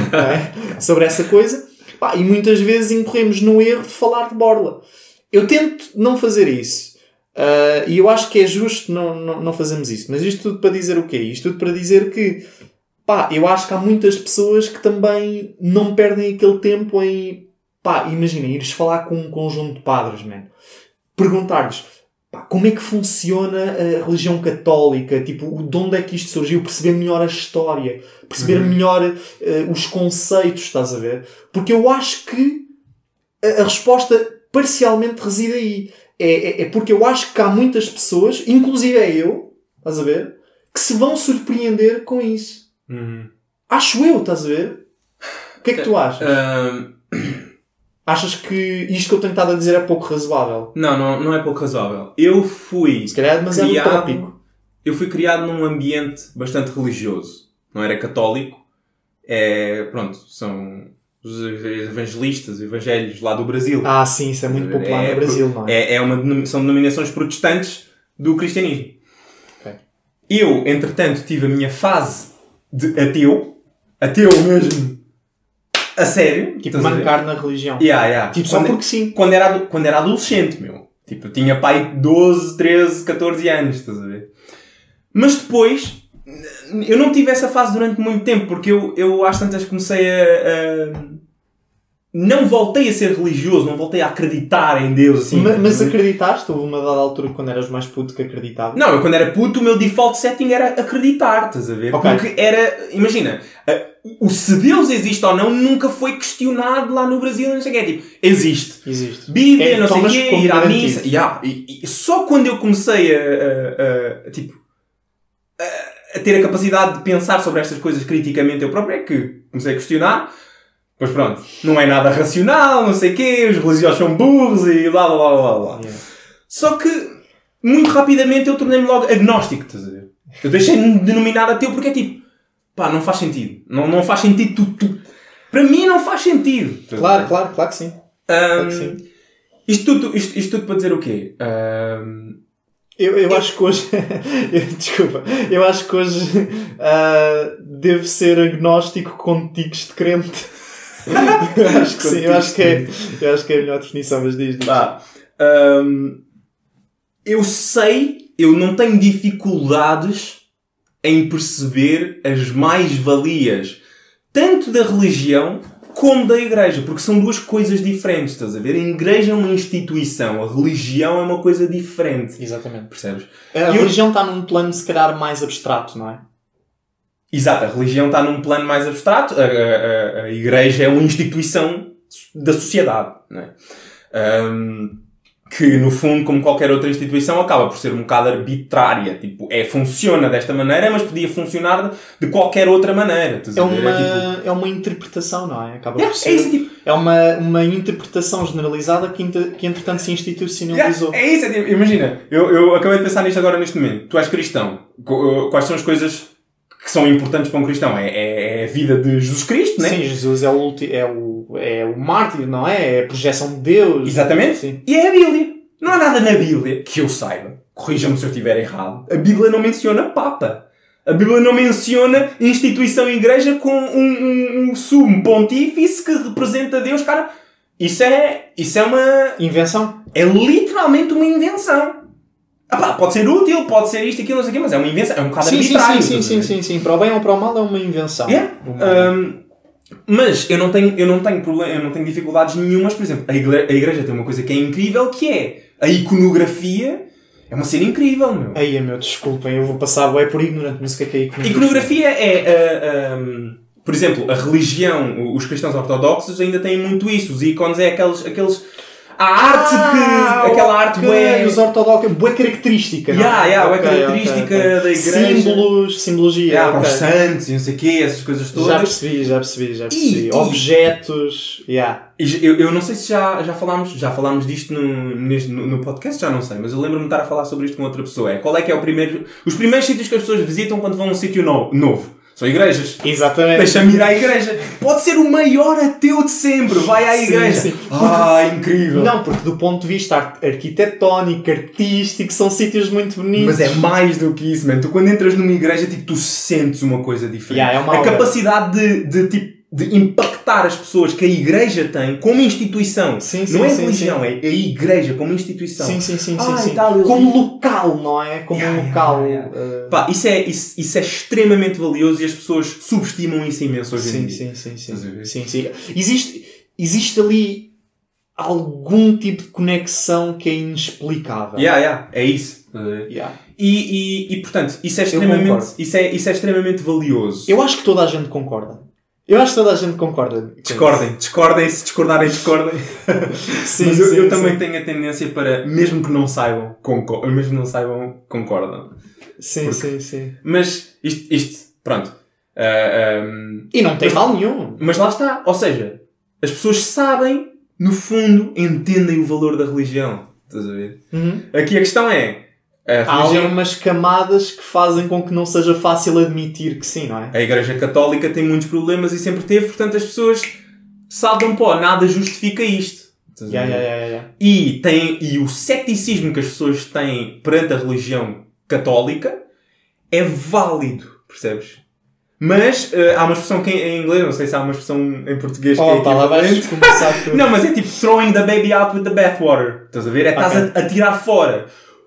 é? sobre essa coisa. Pá, e muitas vezes incorremos no erro de falar de borla. Eu tento não fazer isso. Uh, e eu acho que é justo não, não, não fazermos isso. Mas isto tudo para dizer o quê? Isto tudo para dizer que pá, eu acho que há muitas pessoas que também não perdem aquele tempo em pá, imagina, ires falar com um conjunto de padres, man. Perguntar-lhes, pá, como é que funciona a religião católica? Tipo, de onde é que isto surgiu? Perceber melhor a história. Perceber uhum. melhor uh, os conceitos, estás a ver? Porque eu acho que a, a resposta parcialmente reside aí. É, é, é porque eu acho que há muitas pessoas, inclusive é eu, estás a ver? Que se vão surpreender com isso. Uhum. Acho eu, estás a ver? O que é que tu achas? Uh... Achas que isto que eu tenho estado a dizer é pouco razoável? Não, não, não é pouco razoável. Eu fui... Se calhar é demasiado criado, utópico. Eu fui criado num ambiente bastante religioso. Não era católico. É, pronto, são os evangelistas, os evangelhos lá do Brasil. Ah, sim, isso é muito popular é, no Brasil, não é? É, é uma, são denominações protestantes do cristianismo. Okay. Eu, entretanto, tive a minha fase de ateu. Ateu mesmo. A sério. Tipo, mancar na religião. Yeah, yeah. Tipo, quando, só porque sim. Quando era, quando era adolescente, meu. Tipo, eu tinha pai de doze, treze, catorze anos, estás a ver? Mas depois, eu não tive essa fase durante muito tempo, porque eu, eu às tantas comecei a, a... Não voltei a ser religioso, não voltei a acreditar em Deus, assim. Mas, mas acreditaste? Houve uma dada altura quando eras mais puto que acreditava? Não, eu quando era puto, o meu default setting era acreditar, estás a ver? Okay. Porque era... Imagina, o se Deus existe ou não nunca foi questionado lá no Brasil, não sei o que é. Tipo, existe. Existe. Bíblia, é, não sei o quê, ir à missa. Yeah. E, e só quando eu comecei a, a, a, tipo, a, a ter a capacidade de pensar sobre estas coisas criticamente eu próprio é que comecei a questionar. Pois pronto, não é nada racional, não sei o quê, os religiosos são burros e blá blá blá blá blá. Yeah. Só que, muito rapidamente eu tornei-me logo agnóstico, estás a ver? Eu deixei-me denominar ateu porque é tipo, pá, não faz sentido. Não, não faz sentido tu, tu. Para mim não faz sentido. Claro, claro, claro que sim. Um, claro que sim. Isto, tudo, isto, isto tudo para dizer o quê? Um, eu, eu acho que hoje... Desculpa. Eu acho que hoje uh, devo ser agnóstico com tiques de crente. eu acho que sim. Eu acho que, é, eu acho que é a melhor definição, mas diz. diz. Ah, um, eu sei, eu não tenho dificuldades em perceber as mais-valias tanto da religião como da igreja, porque são duas coisas diferentes, estás a ver? A igreja é uma instituição, a religião é uma coisa diferente. Exatamente. Percebes? A eu... religião está num plano, se calhar, mais abstrato, não é? Exato, a religião está num plano mais abstrato, a, a, a igreja é uma instituição da sociedade, não é? Um, que, no fundo, como qualquer outra instituição, acaba por ser um bocado arbitrária. Tipo, é, funciona desta maneira, mas podia funcionar de, de qualquer outra maneira. É uma, é, tipo... é uma interpretação, não é? Acaba é, por ser... É, isso, tipo... é uma, uma interpretação generalizada que, que entretanto, se institucionalizou. É, é isso, é, tipo, imagina, eu, eu acabei de pensar nisto agora, neste momento. Tu és cristão. Quais são as coisas que são importantes para um cristão? É, é, é a vida de Jesus Cristo, não é? Sim, Jesus é o, ulti, é o, é o mártir, não é? É a projeção de Deus. Exatamente. Sim. E é a Bíblia. Não há nada na Bíblia que eu saiba. Corrija-me se eu estiver errado. A Bíblia não menciona Papa. A Bíblia não menciona instituição e igreja com um, um, um sumo pontífice que representa Deus. Cara, isso é, isso é uma... Invenção. É literalmente uma invenção. Ah pá, pode ser útil, pode ser isto, aquilo, não sei o quê, mas é uma invenção. É um bocado sim, arbitrário. Sim, sim, sim, sim, sim. Para o bem ou para o mal é uma invenção. Yeah. Uma... Um, mas eu não tenho, eu não tenho problema, eu não tenho dificuldades nenhumas. Por exemplo, a igreja, a igreja tem uma coisa que é incrível, que é a iconografia. É uma cena incrível, meu. Aí, meu, desculpem, eu vou passar bué por ignorante, mas o que é que é iconografia? Iconografia é, uh, um, por exemplo, a religião, os cristãos ortodoxos ainda têm muito isso. Os ícones é aqueles... aqueles a arte ah, que... Aquela arte okay. bué... Os ortodoxos... Bué característica, yeah, não é? Yeah, bué okay, característica okay, okay. da igreja. Símbolos, simbologia. Yeah, okay. Para os santos e não sei o quê, essas coisas todas. Já percebi, já percebi, já percebi. E, Objetos, e, yeah. E eu, eu não sei se já, já, falámos, já falámos disto no, neste, no, no podcast, já não sei, mas eu lembro-me de estar a falar sobre isto com outra pessoa. É, qual é que é o primeiro... Os primeiros sítios que as pessoas visitam quando vão a um sítio no, novo? São igrejas. Exatamente. Deixa-me ir à igreja. Pode ser o maior ateu de sempre. Vai à igreja. Sim, sim. Ah, incrível. Não, porque do ponto de vista arquitetónico, artístico, são sítios muito bonitos. Mas é mais do que isso, man. Tu quando entras numa igreja, tipo, tu sentes uma coisa diferente. Yeah, é uma a obra. capacidade de, de, tipo, de impactar as pessoas que a igreja tem como instituição. Sim, sim, não é sim, religião, sim. é a igreja como instituição. Sim, sim, sim. Ah, sim, sim. tal, como local, não é? Como yeah, um local. Yeah, yeah. Uh... Pá, isso, é, isso, isso é extremamente valioso e as pessoas subestimam isso imenso hoje sim, em dia. sim, sim, sim, sim, sim. Existe, existe ali algum tipo de conexão que é inexplicável. Yeah, yeah, é isso. Yeah. E, e, e, portanto, isso é, extremamente, isso, é, isso é extremamente valioso. Eu acho que toda a gente concorda. Eu acho que toda a gente concorda. Discordem, discordem, se discordarem, discordem. Sim, Mas eu, sim, eu também sim. tenho a tendência para, mesmo que não saibam, concor- mesmo que não saibam, concordam. Sim, Porque- sim, sim. Mas isto, isto pronto. Ah, um, E não tem mal nenhum. mas lá está. Ou seja, as pessoas sabem, no fundo, entendem o valor da religião. Estás a ver? Uhum. Aqui a questão é, a Há ali religião... umas camadas que fazem com que não seja fácil admitir que sim, não é? A Igreja Católica tem muitos problemas e sempre teve, portanto as pessoas saltam pó, nada justifica isto. Estás a Yeah, ver? yeah, yeah, yeah. E, tem, e o ceticismo que as pessoas têm perante a religião católica é válido, percebes? Mas uh, há uma expressão que em inglês, não sei se há uma expressão em português que Oh, é pá, lá vais equivalente. começar por... Não, mas é tipo throwing the baby out with the bathwater. Estás a ver? É estás Ok. a, a tirar fora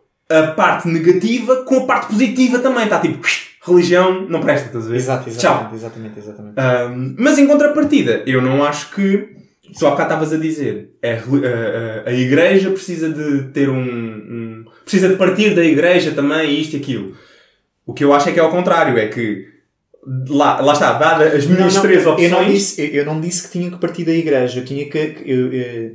a parte negativa com a parte positiva também. Está tipo, religião não presta, estás a ver? Exato, Tchau. exatamente, exatamente, exatamente. Um, mas em contrapartida, eu não acho que... Tu há bocado estavas a dizer, a, a, a, a igreja precisa de ter um, um... Precisa de partir da igreja também, isto e aquilo. O que eu acho é que é ao contrário, é que... Lá, lá está, dada as minhas Não, não, três opções... Eu não, disse, eu, eu não disse que tinha que partir da igreja. Eu tinha que... que- eu, eu,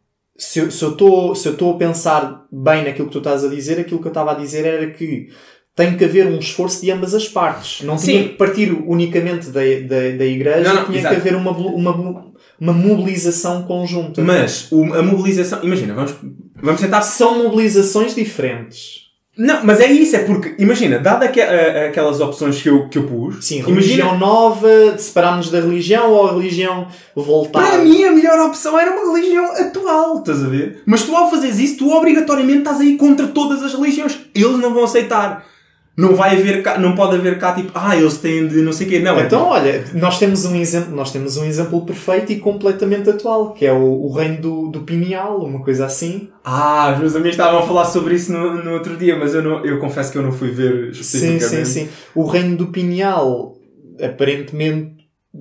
se eu se eu estou se eu estou a pensar bem naquilo que tu estás a dizer, aquilo que eu estava a dizer era que tem que haver um esforço de ambas as partes. Não tinha Sim. que partir unicamente da, da, da igreja, Não, não, tinha exato. que haver uma, uma, uma mobilização conjunta. Mas o- a mobilização... Imagina, vamos, vamos tentar... São mobilizações diferentes. Não, mas é isso, é porque... Imagina, dada aque- a- aquelas opções que eu, que eu pus... Sim, imagina, religião nova, de separarmos da religião ou a religião voltar. para mim a melhor opção era uma religião atual, estás a ver? Mas tu ao fazeres isso, tu obrigatoriamente estás aí contra todas as religiões. Eles não vão aceitar. Não vai haver cá, não pode haver cá tipo, ah, eles têm de não sei o quê. Não, Então, olha, nós temos um exemplo, nós temos um exemplo perfeito e completamente atual, que é o, o reino do, do pineal, uma coisa assim. Ah, os meus amigos estavam a falar sobre isso no, no outro dia, mas eu, não, eu confesso que eu não fui ver Sim, especificamente. sim, sim. O reino do pineal, aparentemente,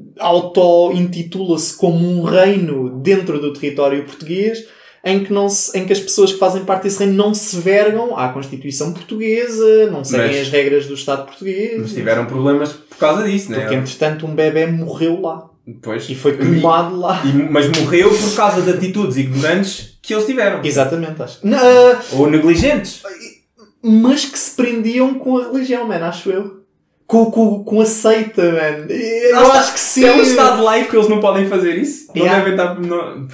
auto-intitula-se como um reino dentro do território português, em que, não se, em que as pessoas que fazem parte desse reino não se vergam à Constituição Portuguesa, não seguem Mas- as regras do Estado português. Mas tiveram problemas por causa disso, não é? Porque, entretanto, um bebé morreu lá. Pois. E foi queimado lá. E- mas morreu por causa de atitudes ignorantes que eles tiveram. Exatamente, acho. Não, ah, Ou negligentes. mas que se prendiam com a religião, man, acho eu. Com, com, com a seita, man. Eu Ah, acho que sim. Se é um Estado laico, eles não podem fazer isso. Não Yeah. devem estar... Não...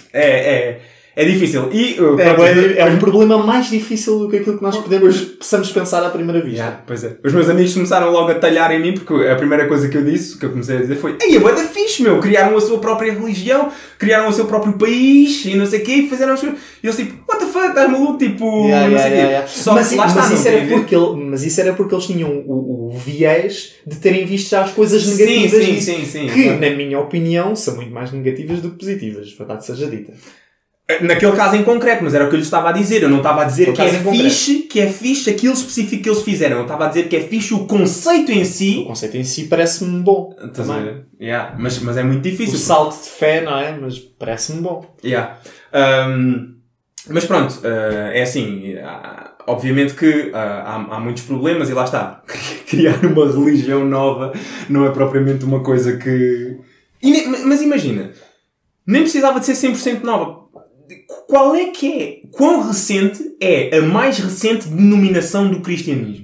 É, é, é difícil. E, uh, É, pronto, é, é um problema mais difícil do que aquilo que nós podemos, possamos pensar à primeira vista. Yeah, pois é. Os meus amigos começaram logo a talhar em mim, porque a primeira coisa que eu disse, que eu comecei a dizer foi: ei, é bué da fixe, meu! Criaram a sua própria religião, criaram o seu próprio país e não sei o quê, e fizeram as coisas. E eles tipo, what the fuck, estás maluco? Tipo, Yeah, não yeah, sei o quê. yeah, yeah. Só mas, que lá mas está, isso não era tem a ver. porque ele, mas isso era porque eles tinham o, o viés de terem visto já as coisas Sim, negativas sim, disso, sim, sim. que, Claro. na minha opinião, são muito mais negativas do que positivas, verdade seja dita. Naquele caso em concreto, mas era o que eu lhe estava a dizer. Eu não estava a dizer No que é caso em concreto. fixe, que é fixe aquilo específico que eles fizeram. Eu estava a dizer que é fixe o conceito em O si. conceito em si parece-me bom. Estás a também. ver? Yeah, mas, mas é muito O difícil. salto de fé, não é? Mas parece-me bom. Yeah. Um, mas pronto, uh, é assim, há- obviamente que uh, há, há muitos problemas e lá está. Criar uma religião nova não é propriamente uma coisa que... E nem- mas imagina, nem precisava de ser cem por cento nova. Qual é que é? Quão recente é a mais recente denominação do cristianismo?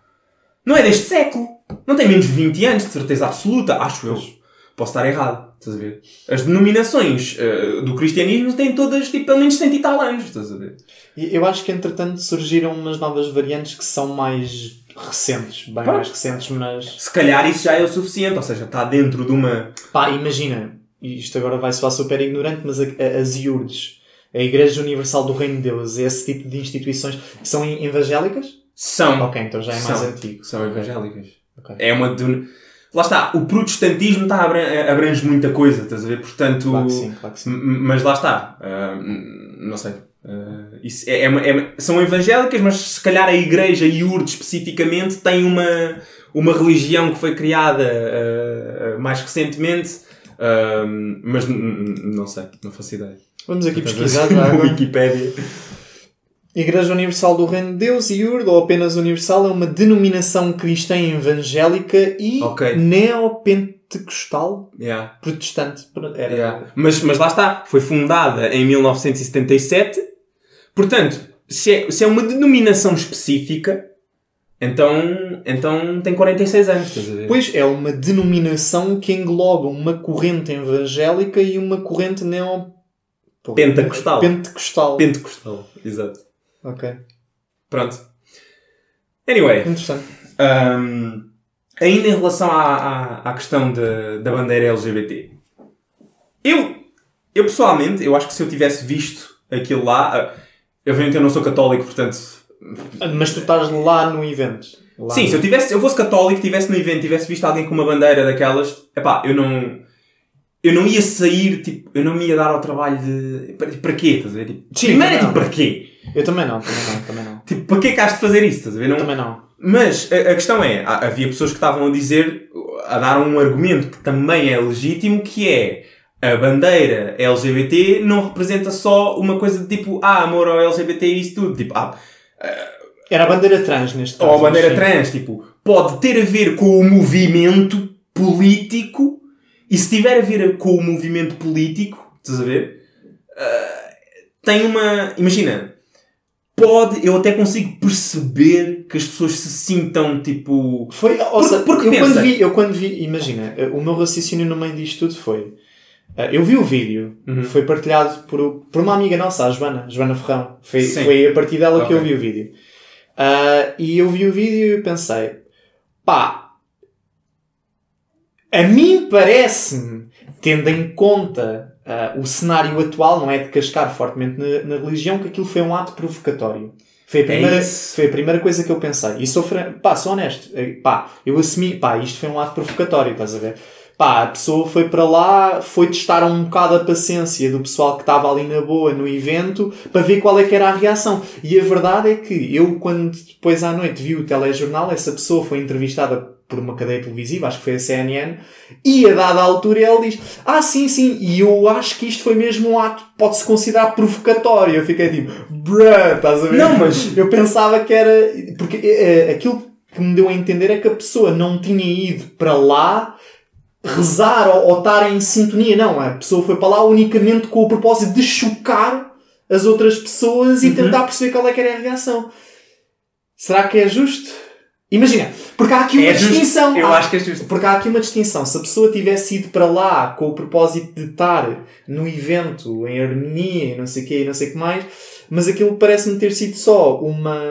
Não é deste século. Não tem menos de vinte anos, de certeza absoluta, acho eu. Posso estar errado, estás a ver? As denominações uh, do cristianismo têm todas, tipo, pelo menos cento e tal anos, estás a ver? E eu acho que, entretanto, surgiram umas novas variantes que são mais recentes. Bem Pá. mais recentes, mas... Se calhar isso já é o suficiente, ou seja, está dentro de uma... Pá, imagina. Isto agora vai soar super ignorante, mas a, a, as I U R D S, a Igreja Universal do Reino de Deus, esse tipo de instituições, são evangélicas? São. Ok, então já é mais São. antigo. São evangélicas. Ok. É uma... Den... Lá está, o protestantismo está a abran- abrange muita coisa, estás a ver? Portanto... Claro que sim, claro que sim. M- Mas lá está. Uh, não sei. Uh, isso é, é uma- é- são evangélicas, mas se calhar a Igreja I U R D especificamente tem uma, uma religião que foi criada uh, uh, mais recentemente. Uh, mas n- n- não sei, não faço ideia. Vamos aqui pesquisar já no agora. Wikipédia. Igreja Universal do Reino de Deus, I U R D, ou apenas Universal, é uma denominação cristã evangélica e Ok. neopentecostal Yeah. protestante. Era... Yeah. Mas, mas lá está, foi fundada em mil novecentos e setenta e sete, portanto, se é, se é uma denominação específica, então, então tem quarenta e seis anos, estás a ver? Pois, é uma denominação que engloba uma corrente evangélica e uma corrente neo... Pentecostal. Pentecostal. Pentecostal, exato. Ok. Pronto. Anyway, Interessante. um, ainda em relação à, à, à questão de, da bandeira L G B T, eu, eu pessoalmente, eu acho que se eu tivesse visto aquilo lá, eu, eu não sou católico, portanto... Mas tu estás lá no evento. Lá Sim, no... se eu, tivesse, eu fosse católico, estivesse no evento, tivesse visto alguém com uma bandeira daquelas, epá, eu não... Eu não ia sair, tipo, eu não me ia dar ao trabalho de... Para, para quê, estás a ver? Tipo, Sim, primeiro é não. tipo, para quê? Eu também não, também não, também não. Tipo, para que é que has de fazer isto, estás a ver? Não... Também não. Mas a, a questão é, há- havia pessoas que estavam a dizer, a dar um argumento que também é legítimo, que é a bandeira L G B T não representa só uma coisa de tipo, ah, amor ao L G B T e isso tudo. Tipo, ah, Era a bandeira trans neste caso. ou a bandeira sim. trans, tipo, pode ter a ver com o movimento político, e se tiver a ver com o movimento político, estás a ver? Ah, tem uma... Imagina, pode, eu até consigo perceber que as pessoas se sintam, tipo... Foi, ou Porque- seja, porque eu, pensa- quando vi, eu quando vi, imagina, o meu raciocínio no meio disto tudo foi, eh, eu vi o vídeo, Uhum. foi partilhado por, por uma amiga nossa, a Joana, Joana Ferrão, foi, Sim. foi a partir dela que Ok. eu vi o vídeo. Ah, e eu vi o vídeo e pensei, pá, a mim parece-me, tendo em conta ah, o cenário atual, não é de cascar fortemente na, na religião, que aquilo foi um ato provocatório. Foi a primeira, isso. foi a primeira coisa que eu pensei. E sou, fran- pá, sou honesto. Eh, Pá, eu assumi, pá, isto foi um ato provocatório, estás a ver? Pá, a pessoa foi para lá, foi testar um bocado a paciência do pessoal que estava ali na boa no evento, para ver qual é que era a reação. E a verdade é que eu, quando depois à noite vi o telejornal, essa pessoa foi entrevistada por uma cadeia televisiva, acho que foi a C N N, e a dada altura ela diz, ah, sim, sim, e eu acho que isto foi mesmo um ato, pode-se considerar provocatório. Eu fiquei tipo, bruh, estás a ver? Não, mas- Eu pensava que era... Porque eh, aquilo que me deu a entender é que a pessoa não tinha ido para lá rezar ou, ou estar em sintonia. Não, a pessoa foi para lá unicamente com o propósito de chocar as outras pessoas e Uhum. tentar perceber qual é que era a reação. Será que é justo? Imagina, porque há aqui uma É justo. distinção. Eu Há- acho que é justo. Porque há aqui uma distinção. Se a pessoa tivesse ido para lá com o propósito de estar no evento, em harmonia e não sei o quê e não sei o que mais, mas aquilo parece-me ter sido só uma,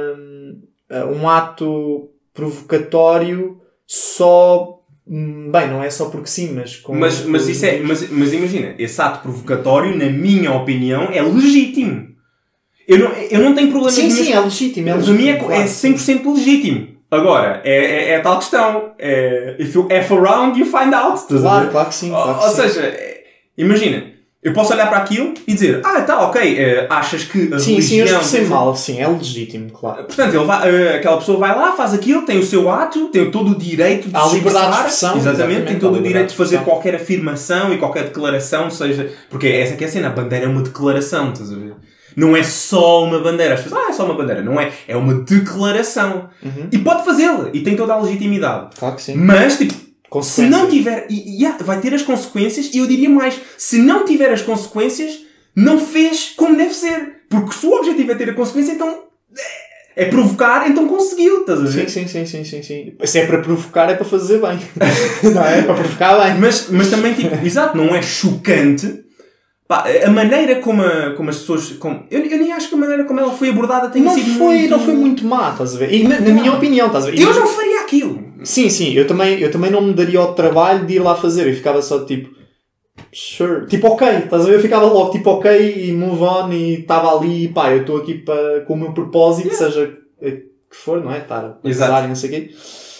um ato provocatório só... Bem, não é só porque sim, mas... Com, Mas, mas com- isso é... Mas, mas imagina, esse ato provocatório, na minha opinião, é legítimo. Eu não, eu não tenho problema Sim, nenhum. sim, é legítimo. É Para legítimo mim é, claro. é cem por cento legítimo. Agora, é, é, é a tal questão. É, if you F around, you find out. Estás a Claro, ver? claro que sim. Claro Ou, que ou sim. seja, é, imagina, eu posso olhar para aquilo e dizer, ah, tá, ok, é, achas que a Sim, sim, eu religião... expressei mal. Sim, é legítimo, claro. Portanto, ele vai, eh, aquela pessoa vai lá, faz aquilo, tem o seu ato, tem todo o direito de Há se liberdade de expressar. expressão, Exatamente, exatamente, tem há todo o liberdade direito de de fazer expressão. qualquer afirmação e qualquer declaração, seja... Porque essa que é a cena, a bandeira é uma declaração, estás a ver? Não é só uma bandeira. As pessoas, ah, é só uma bandeira. Não é. É uma declaração. Uhum. E pode fazê-la. E tem toda a legitimidade. Claro que sim. Mas, tipo, se Consequências. não tiver... E, e, ah, vai ter as consequências. E eu diria mais. Se não tiver as consequências, não fez como deve ser. Porque se o objetivo é ter a consequência, então... É provocar, então conseguiu. Estás a ver? Sim, sim, sim, sim, sim, sim. Se é para provocar, é para fazer bem. Não é? É para provocar bem. Mas, mas também, tipo... Exato, não é chocante... Pá, a maneira como, a, como as pessoas... Como, eu, eu nem acho que a maneira como ela foi abordada tenha Não sido foi, muito... não foi muito má, estás a ver? E na, na minha opinião, estás a ver? Eu não faria aquilo. Sim, sim, eu também, eu também não me daria ao trabalho de ir lá fazer. Eu ficava só tipo... Sure. Tipo, ok, estás a ver? Eu ficava logo tipo, ok, e move on, e estava ali, pá, eu estou aqui para, com o meu propósito, Yeah. seja eh, que for, não é? Estar a Exato. usar e não sei o quê.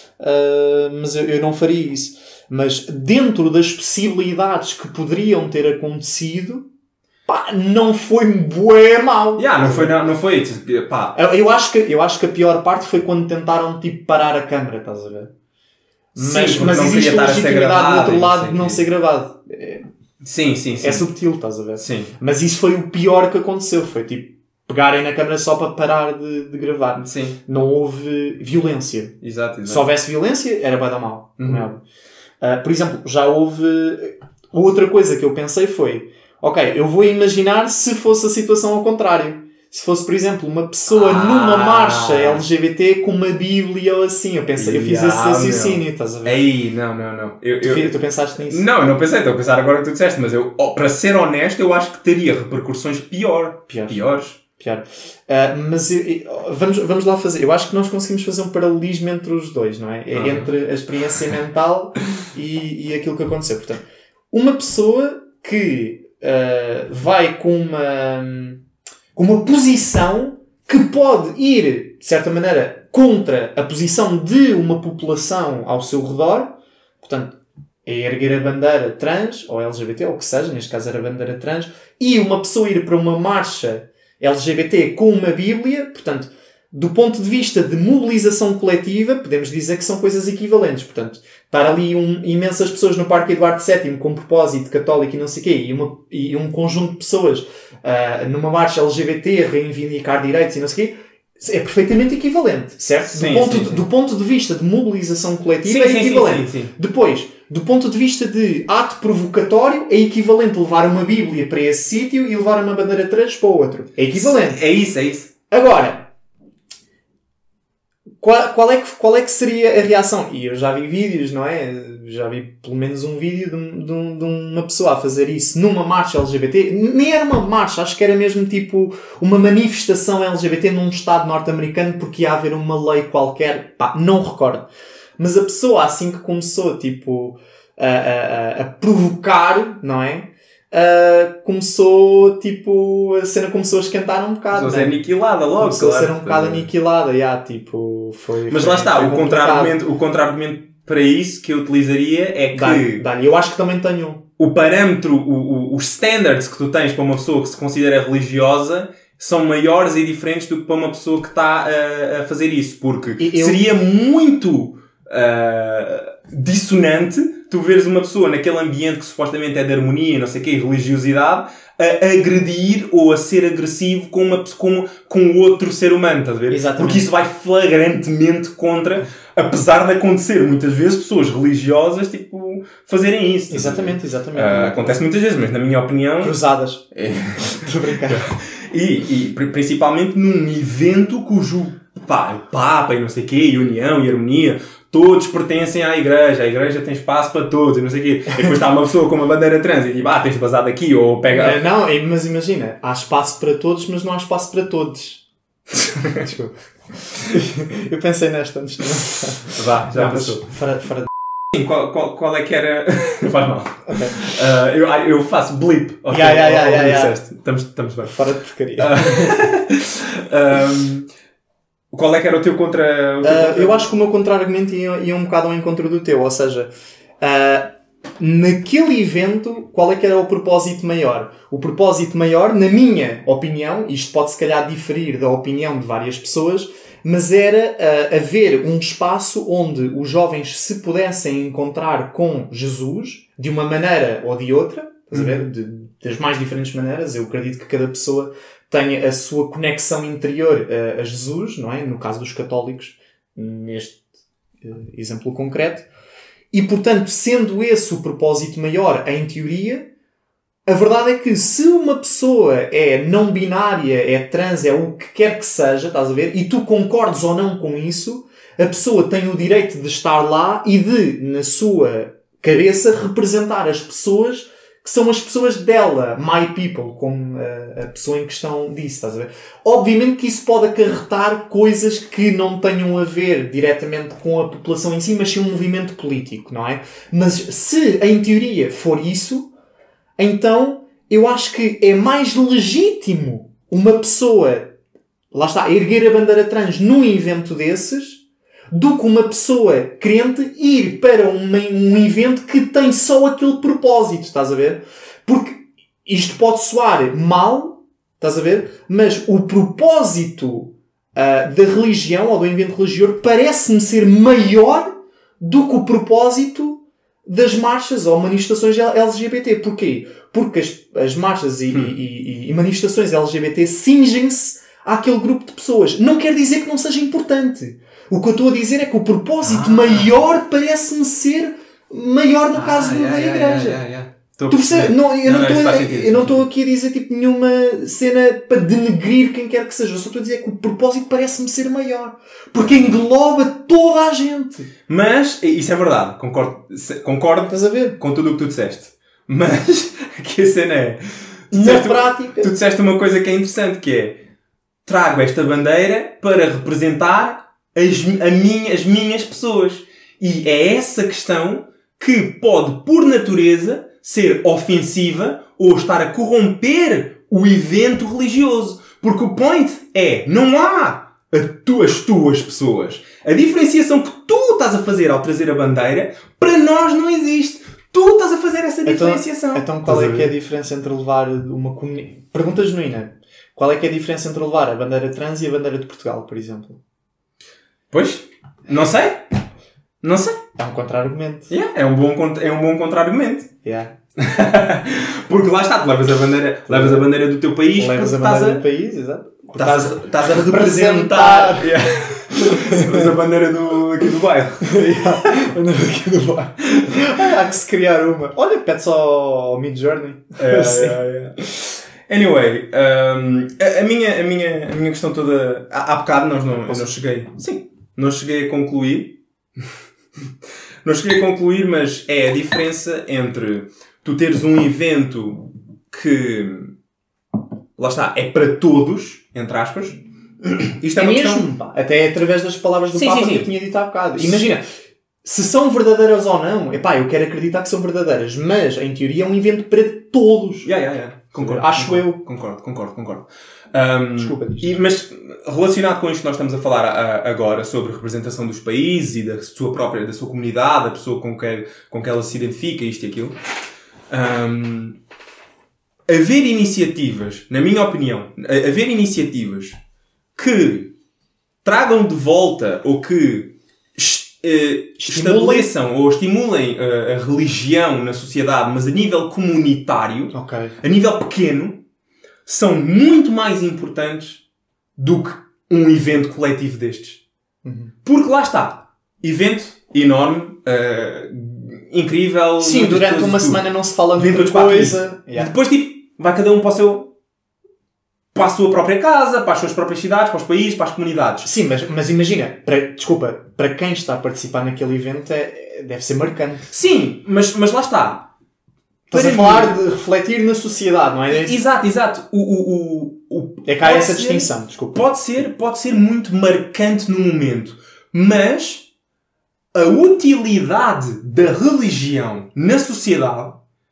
Ah, mas eu, eu não faria isso. Mas dentro das possibilidades que poderiam ter acontecido, pá, não foi bué mau. Yeah, não foi, não, não foi isso. Pá, Eu, eu, acho que, eu acho que a pior parte foi quando tentaram tipo parar a câmara, estás a ver? Sim, Mas, porque mas não existe queria a estar a ser legitimidade do gravado outro e não lado sei de não quê. ser gravado. É, Sim, sim, sim. É subtil, estás a ver? Sim. Mas isso foi o pior que aconteceu. Foi tipo, pegarem na câmara só para parar de, de gravar. Sim. Não houve violência. Exato, exato. Se houvesse violência, era bué da mal. Uhum. Uh, por exemplo, já houve... Outra coisa que eu pensei foi... Ok, eu vou imaginar se fosse a situação ao contrário. Se fosse, por exemplo, uma pessoa ah. numa marcha L G B T com uma bíblia ou assim. Eu, pensei, eu fiz Yeah, esse raciocínio, estás a ver? Ei, não, não, não. Eu, eu... Tu, tu pensaste nisso? Não, eu não pensei. Estou a pensar agora que tu disseste. Mas eu, oh, para ser honesto, eu acho que teria repercussões pior. Pior. Piores. Pior. Uh, mas eu, eu, vamos, vamos lá fazer. Eu acho que nós conseguimos fazer um paralelismo entre os dois, não é? Uhum. Entre a experiência mental e, e aquilo que aconteceu. Portanto, uma pessoa que uh, vai com uma, com uma posição que pode ir, de certa maneira, contra a posição de uma população ao seu redor, portanto, é erguer a bandeira trans, ou L G B T, ou o que seja, neste caso era a bandeira trans, e uma pessoa ir para uma marcha L G B T com uma bíblia, portanto, do ponto de vista de mobilização coletiva, podemos dizer que são coisas equivalentes. Portanto, estar ali um, imensas pessoas no Parque Eduardo sétimo com propósito católico e não sei o quê, e, uma, e um conjunto de pessoas uh, numa marcha L G B T a reivindicar direitos e não sei o quê, é perfeitamente equivalente, certo? Sim, do, ponto sim, de, sim. do ponto de vista de mobilização coletiva Sim, é sim, equivalente. sim, sim, sim. Depois, do ponto de vista de ato provocatório, é equivalente levar uma bíblia para esse sítio e levar uma bandeira trans para o outro. É equivalente. É isso, é isso. Agora, Qual, qual, é que, qual é que seria a reação? E eu já vi vídeos, não é? Já vi pelo menos um vídeo de, de, de uma pessoa a fazer isso numa marcha L G B T. Nem era uma marcha, acho que era mesmo tipo uma manifestação L G B T num estado norte-americano porque ia haver uma lei qualquer. Pá, não recordo. Mas a pessoa, assim que começou tipo, a, a, a provocar, não é? Uh, começou, tipo, a cena começou a esquentar um bocado. Começou a ser aniquilada logo. Começou claro. a ser um bocado aniquilada, yeah, tipo, foi... Mas foi, lá está, foi o contra-argumento, o contra-argumento para isso que eu utilizaria é que... Dá-lhe, dá-lhe. Eu acho que também tenho um. O parâmetro, o, o, os standards que tu tens para uma pessoa que se considera religiosa são maiores e diferentes do que para uma pessoa que está a, a fazer isso. Porque eu... seria muito uh, dissonante tu veres uma pessoa naquele ambiente que supostamente é de harmonia, não sei o quê, religiosidade, a agredir ou a ser agressivo com, uma, com, com outro ser humano, estás a ver? Exatamente. Porque isso vai flagrantemente contra, apesar de acontecer muitas vezes pessoas religiosas, tipo, fazerem isso. Exatamente, exatamente. Uh, acontece muitas vezes, mas na minha opinião... Cruzadas. É... Estou a brincar. E, e principalmente num evento cujo pá, o Papa e não sei o quê, e união e harmonia... Todos pertencem à igreja, a igreja tem espaço para todos e não sei o quê. E depois está uma pessoa com uma bandeira trans e tipo, ah, tens de basar daqui ou pega... Não, mas imagina, há espaço para todos, mas não há espaço para todos. Desculpa. Eu pensei nesta antes de não. Vá, já não, passou. Fora, fora de... Sim, qual, qual, qual é que era... Não faz mal. Okay. Uh, eu, eu faço blip. Okay, yeah, yeah, yeah, yeah, yeah. Estamos, estamos bem. Fora de porcaria. Uh, um, Qual é que era o teu contra... O teu uh, contra... Eu acho que o meu contra-argumento ia, ia um bocado ao encontro do teu. Ou seja, uh, naquele evento, qual é que era o propósito maior? O propósito maior, na minha opinião, isto pode se calhar diferir da opinião de várias pessoas, mas era uh, haver um espaço onde os jovens se pudessem encontrar com Jesus, de uma maneira ou de outra, estás a ver? De, das mais diferentes maneiras. Eu acredito que cada pessoa tenha a sua conexão interior a, a Jesus, não é? No caso dos católicos, neste uh, exemplo concreto. E, portanto, sendo esse o propósito maior, em teoria, a verdade é que se uma pessoa é não binária, é trans, é o que quer que seja, estás a ver? E tu concordes ou não com isso, a pessoa tem o direito de estar lá e de, na sua cabeça, representar as pessoas que são as pessoas dela, my people, como a, a pessoa em questão disse, estás a ver? Obviamente que isso pode acarretar coisas que não tenham a ver diretamente com a população em si, mas sim um movimento político, não é? Mas se, em teoria, for isso, então eu acho que é mais legítimo uma pessoa, lá está, erguer a bandeira trans num evento desses, do que uma pessoa crente ir para uma, um evento que tem só aquele propósito, estás a ver? Porque isto pode soar mal, estás a ver? Mas o propósito uh, da religião ou do evento religioso parece-me ser maior do que o propósito das marchas ou manifestações L G B T. Porquê? Porque as, as marchas e, hum. e, e, e manifestações L G B T cingem-se àquele grupo de pessoas. Não quer dizer que não seja importante. O que eu estou a dizer é que o propósito ah. maior parece-me ser maior no ah, caso yeah, da yeah, igreja. Yeah, yeah, yeah. Tu percebes? Não, eu não, não, não, eu não estou aqui a dizer tipo, nenhuma cena para denegrir quem quer que seja. Eu só estou a dizer que o propósito parece-me ser maior. Porque engloba toda a gente. Mas, isso é verdade. Concordo, concordo Estás a ver? com tudo o que tu disseste. Mas, aqui a cena é... Na prática... Tu disseste uma coisa que é interessante, que é... Trago esta bandeira para representar as, a minha, as minhas pessoas. E é essa questão que pode, por natureza... ser ofensiva ou estar a corromper o evento religioso. Porque o point é, não há a tu, as tuas pessoas. A diferenciação que tu estás a fazer ao trazer a bandeira, para nós não existe. Tu estás a fazer essa diferenciação. Então, então qual é que é a diferença entre levar uma comunidade... Pergunta genuína. Qual é que é a diferença entre levar a bandeira trans e a bandeira de Portugal, por exemplo? Pois, não sei. Não sei. É um contra-argumento. Yeah, é um bom, é um bom contra-argumento. Yeah. Porque lá está, tu levas a bandeira, levas a bandeira do teu país. Levas a bandeira a... do país, exato. Estás a, estás a representar. Yeah. Levas a bandeira do, aqui do bairro. Yeah. A bandeira aqui do bairro. Ah, há que se criar uma. Olha, pede só ao Midjourney. Yeah, yeah, yeah. Anyway, um, a, a, minha, a, minha, a minha questão toda... Há, há bocado nós não, eu não cheguei... Sim, não cheguei a concluir... Não cheguei a concluir, mas é a diferença entre tu teres um evento que, lá está, é para todos, entre aspas. Isto é, é uma mesmo, questão... pá. Até é através das palavras do sim, Papa sim, sim. que eu tinha dito há bocado. Imagina, se são verdadeiras ou não, epá, eu quero acreditar que são verdadeiras, mas em teoria é um evento para todos. Yeah, yeah, yeah. Concordo, Acho concordo, eu. Concordo, concordo, concordo. Um, Desculpa. E, mas relacionado com isto que nós estamos a falar a, agora sobre a representação dos países e da sua própria, da sua comunidade, da pessoa com que, com que ela se identifica, isto e aquilo. Um, haver iniciativas, na minha opinião, haver iniciativas que tragam de volta ou que Uh, estabeleçam ou estimulem uh, a religião na sociedade, mas a nível comunitário, okay. a nível pequeno, são muito mais importantes do que um evento coletivo destes. Uhum. Porque lá está. Evento enorme, uh, incrível. Sim, durante uma semana não se fala de outra coisa. Yeah. Depois, tipo, vai cada um para o seu... para a sua própria casa, para as suas próprias cidades, para os países, para as comunidades. Sim, mas, mas imagina, para, desculpa, para quem está a participar naquele evento é, deve ser marcante. Sim, mas, mas lá está. Estás a falar de refletir na sociedade, não é? Exato, exato. O, o, o, o, é cá essa ser, distinção, desculpa. Pode ser, pode ser muito marcante no momento, mas a utilidade da religião na sociedade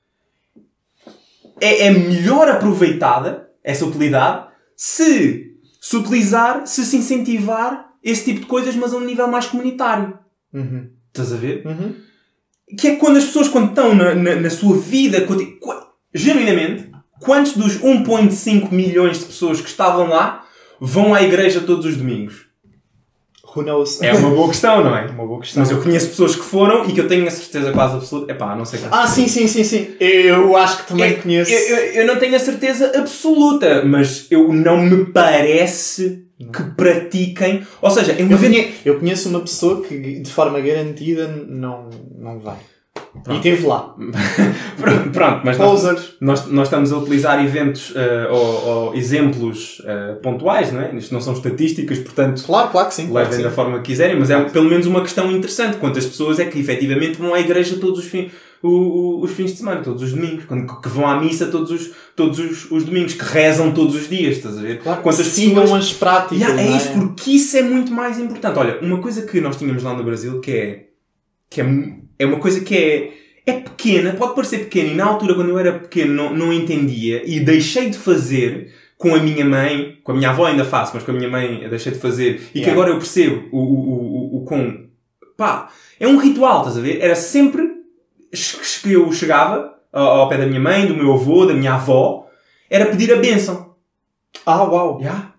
é, é melhor aproveitada, essa utilidade, se se utilizar, se se incentivar esse tipo de coisas, mas a um nível mais comunitário. Uhum. Estás a ver? Uhum. Que é quando as pessoas, quando estão na, na, na sua vida, quando, genuinamente, quantos dos um vírgula cinco milhões de pessoas que estavam lá vão à igreja todos os domingos? Who knows? É uma boa questão, não é? Uma boa questão. Mas eu conheço pessoas que foram e que eu tenho a certeza quase absoluta. Epá, não sei. Ah, sim, sim, sim, sim. Eu acho que também eu, conheço. Eu, eu, eu não tenho a certeza absoluta, mas eu não me parece não. que pratiquem. Ou seja, eu, eu, conheço, eu conheço uma pessoa que de forma garantida não, não vai. Pronto. E esteve lá. Pronto, mas nós, nós, nós estamos a utilizar eventos uh, ou, ou exemplos uh, pontuais, não é? Isto não são estatísticas, portanto... Claro, claro que sim. Levem claro da forma que quiserem, mas é pelo menos uma questão interessante. Quantas pessoas é que efetivamente vão à igreja todos os, fim, o, o, os fins de semana, todos os domingos, quando, que vão à missa todos os, todos os, os domingos, que rezam todos os dias, estás a ver? Claro, quantas sigam pessoas... as práticas. Yeah, é, é isso, porque isso é muito mais importante. Olha, uma coisa que nós tínhamos lá no Brasil que é... que é, é uma coisa que é, é pequena, pode parecer pequena, e na altura quando eu era pequeno não, não entendia, e deixei de fazer com a minha mãe, com a minha avó ainda faço, mas com a minha mãe eu deixei de fazer, e yeah. que agora eu percebo o, o, o, o, o com... Pá, é um ritual, estás a ver? Era sempre que eu chegava ao, ao pé da minha mãe, do meu avô, da minha avó, era pedir a bênção. Ah, uau! Yeah.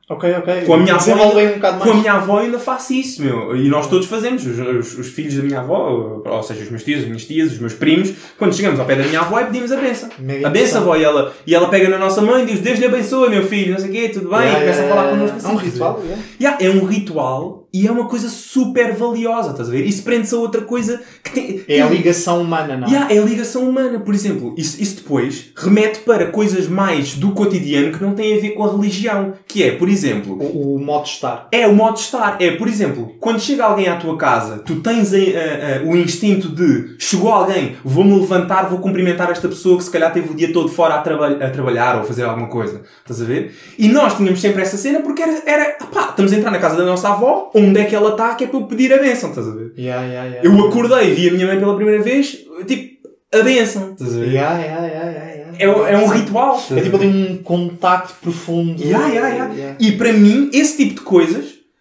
Ok, ok. Com a minha avó, um bocado mais. Com a minha avó ainda faço isso, meu. E nós todos fazemos. Os, os, os filhos da minha avó, ou seja, os meus tios, as minhas tias, os meus primos, quando chegamos ao pé da minha avó, é pedimos a benção. Mega A benção, avó. E ela, e ela pega na nossa mãe e diz: Deus lhe abençoe, meu filho, não sei o quê, tudo bem. Yeah, e começa yeah, a falar yeah, connosco. yeah. É um ritual, yeah. Yeah, é um ritual e é uma coisa super valiosa, estás a ver? Isso prende-se a outra coisa que tem. É a ligação humana, não é? Yeah, é a ligação humana. Por exemplo, isso, isso depois remete para coisas mais do cotidiano que não têm a ver com a religião. Que é, por exemplo... O, o modo de estar. É o modo de estar. É, por exemplo, quando chega alguém à tua casa, tu tens a, a, a, o instinto de chegou alguém, vou-me levantar, vou cumprimentar esta pessoa que se calhar teve o dia todo fora a, traba a trabalhar ou a fazer alguma coisa. Estás a ver? E nós tínhamos sempre essa cena porque era... era pá, estamos a entrar na casa da nossa avó, onde é que ela está, que é para eu pedir a bênção. Estás a ver? Yeah, yeah, yeah, eu yeah. acordei, vi a minha mãe pela primeira vez, tipo, a bênção. Estás a ver? Yeah, yeah, yeah, yeah, yeah. É, é um ritual. É tipo ali um contacto profundo. Yeah, yeah, yeah. Yeah. E para mim, esse tipo de coisas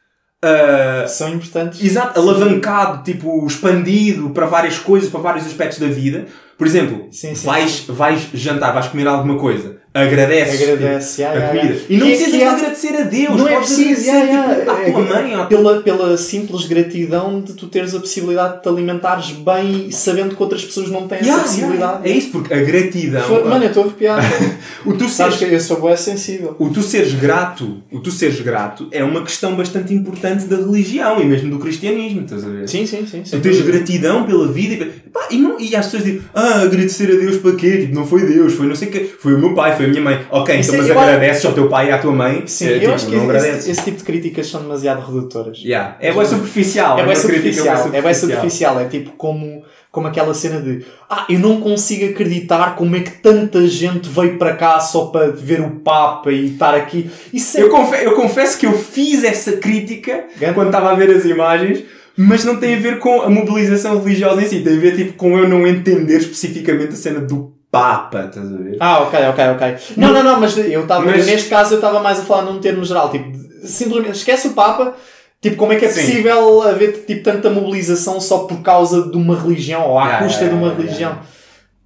uh, são importantes. Exato, alavancado, tipo, expandido para várias coisas, para vários aspectos da vida. Por exemplo, sim, sim, vais, sim. vais jantar, vais comer alguma coisa, agradeces Agradece, yeah, a yeah, comida. yeah. E não que, precisas que de é... agradecer a Deus. Não é podes preciso, agradecer yeah, tipo, yeah. à tua mãe. À... Pela, pela simples gratidão de tu teres a possibilidade de te alimentares bem, sabendo que outras pessoas não têm Yeah, essa possibilidade. yeah. É isso, porque a gratidão... Foi, mano, eu estou arrepiado. o tu Sabes seres... que eu sou bué sensível. O tu seres grato, o tu seres grato é uma questão bastante importante da religião e mesmo do cristianismo, estás a ver? Sim, sim, sim. Tu tens gratidão pela vida e, pá, e, não, e as pessoas dizem, ah, agradecer a Deus para quê? Tipo, não foi Deus, foi não sei o quê, foi o meu pai, foi a minha mãe. Ok, Isso então é, mas eu agradeces acho... ao teu pai e à tua mãe. Sim, é, eu tipo, acho que não esse, esse tipo de críticas são demasiado redutoras. Yeah. É bem superficial. É bem é superficial. superficial. É bem superficial. É tipo como, como aquela cena de ah, eu não consigo acreditar como é que tanta gente veio para cá só para ver o Papa e estar aqui. Isso é... eu, confesso, eu confesso que eu fiz essa crítica Ganto. quando estava a ver as imagens, mas não tem a ver com a mobilização religiosa em si. Tem a ver tipo, com eu não entender especificamente a cena do Papa, estás a ver? Ah, ok, ok, ok. Não, não, não, mas eu estava, mas... neste caso eu estava mais a falar num termo geral, tipo, simplesmente esquece o Papa, tipo, como é que é Sim. possível haver tipo, tanta mobilização só por causa de uma religião, ou à Yeah, custa yeah, de uma yeah, religião? yeah.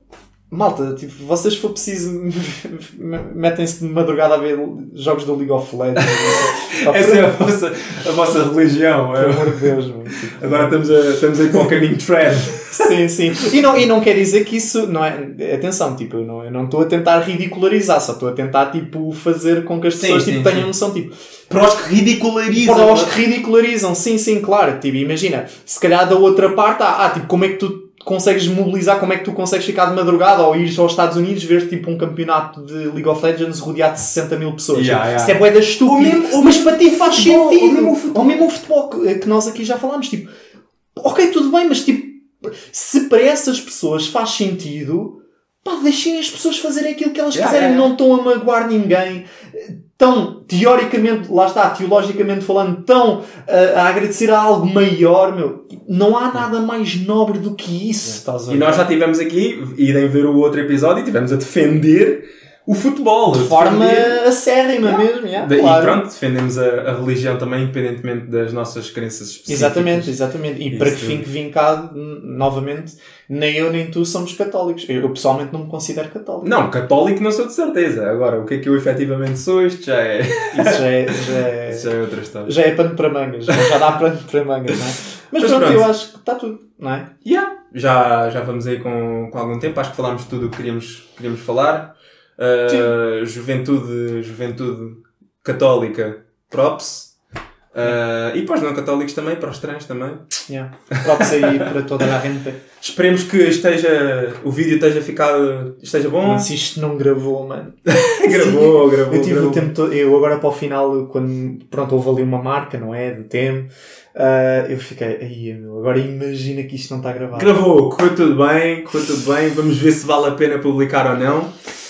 Malta, tipo, vocês se for preciso metem-se de madrugada a ver jogos do League of Legends. Essa é a vossa, a vossa religião. Pelo amor de Deus, mano. Tipo, agora estamos, a, estamos aí para o caminho de Fred. Sim, sim. E não, e não quer dizer que isso não é... Atenção, tipo, eu não, eu não estou a tentar ridicularizar, só estou a tentar, tipo, fazer com que as pessoas sim, tipo, sim, tenham sim. noção, tipo... Para os que ridicularizam. Para os que ridicularizam, sim, sim, claro. Tipo, imagina, se calhar da outra parte, ah, ah, tipo, como é que tu consegues mobilizar, como é que tu consegues ficar de madrugada ou ir aos Estados Unidos ver tipo um campeonato de League of Legends rodeado de sessenta mil pessoas. Yeah, yeah. Isso é bué da estúpido. Ou mesmo, mas para ti faz futebol, sentido. ou mesmo o futebol. Ou mesmo o futebol que, que nós aqui já falámos. Tipo, ok, tudo bem, mas tipo, se para essas pessoas faz sentido, pá, deixem as pessoas fazerem aquilo que elas Yeah, quiserem. yeah, yeah. Não estão a magoar ninguém. Estão, teoricamente, lá está, teologicamente falando, estão uh, a agradecer a algo maior, meu. Não há nada mais nobre do que isso. Estás a ver? E nós já estivemos aqui, irem ver o outro episódio, e estivemos a defender o futebol. De forma defender... acérrima yeah. mesmo. Yeah, de, claro. E pronto, defendemos a, a religião também, independentemente das nossas crenças específicas. Exatamente, exatamente. E Isso. para que fim que vim cá, novamente, nem eu nem tu somos católicos. Eu, eu pessoalmente não me considero católico. Não, católico não sou de certeza. Agora, o que é que eu efetivamente sou, isto já é... Isso já é... Já é, Isso já é outra história. Já é pano para mangas. Já dá pano para mangas, não é? Mas, Mas pronto, pronto, eu acho que está tudo, não é? Yeah. Já, já vamos aí com, com algum tempo. Acho que falámos tudo o que queríamos, queríamos falar. Uh, juventude, juventude católica, props. Uh, e para os não católicos também, para os trans também. Yeah. Props aí para toda a gente. Esperemos que esteja, o vídeo esteja ficado, esteja bom. Mas se isto não gravou, mano. gravou, gravou. Eu tive gravou. o tempo todo, eu agora para o final, quando pronto, houve ali uma marca, não é? Do tempo. Uh, eu fiquei, aí meu, agora imagina que isto não está gravado. Gravou, correu tudo bem, correu tudo bem. Vamos ver se vale a pena publicar ou não.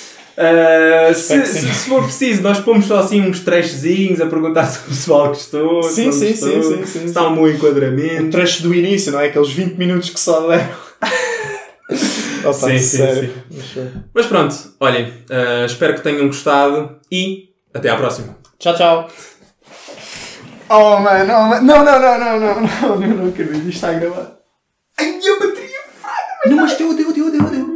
Uh, se, se, se for preciso, nós pomos só assim uns trechozinhos a perguntar se o pessoal gostou. Sim, sim, gostou, sim, sim, sim, se sim. está um bom enquadramento. O trecho do início, não é? Aqueles vinte minutos que só deram. Opa, sim, sério. sim, sim. Mas pronto, olhem, uh, espero que tenham gostado e até à próxima. Tchau, tchau. Oh, mano, oh, man. Não, não, não, não, não, não, não, não acredito, isto está a gravar. Ai, a bateria falha, Não, mas deu, deu, deu, deu, deu.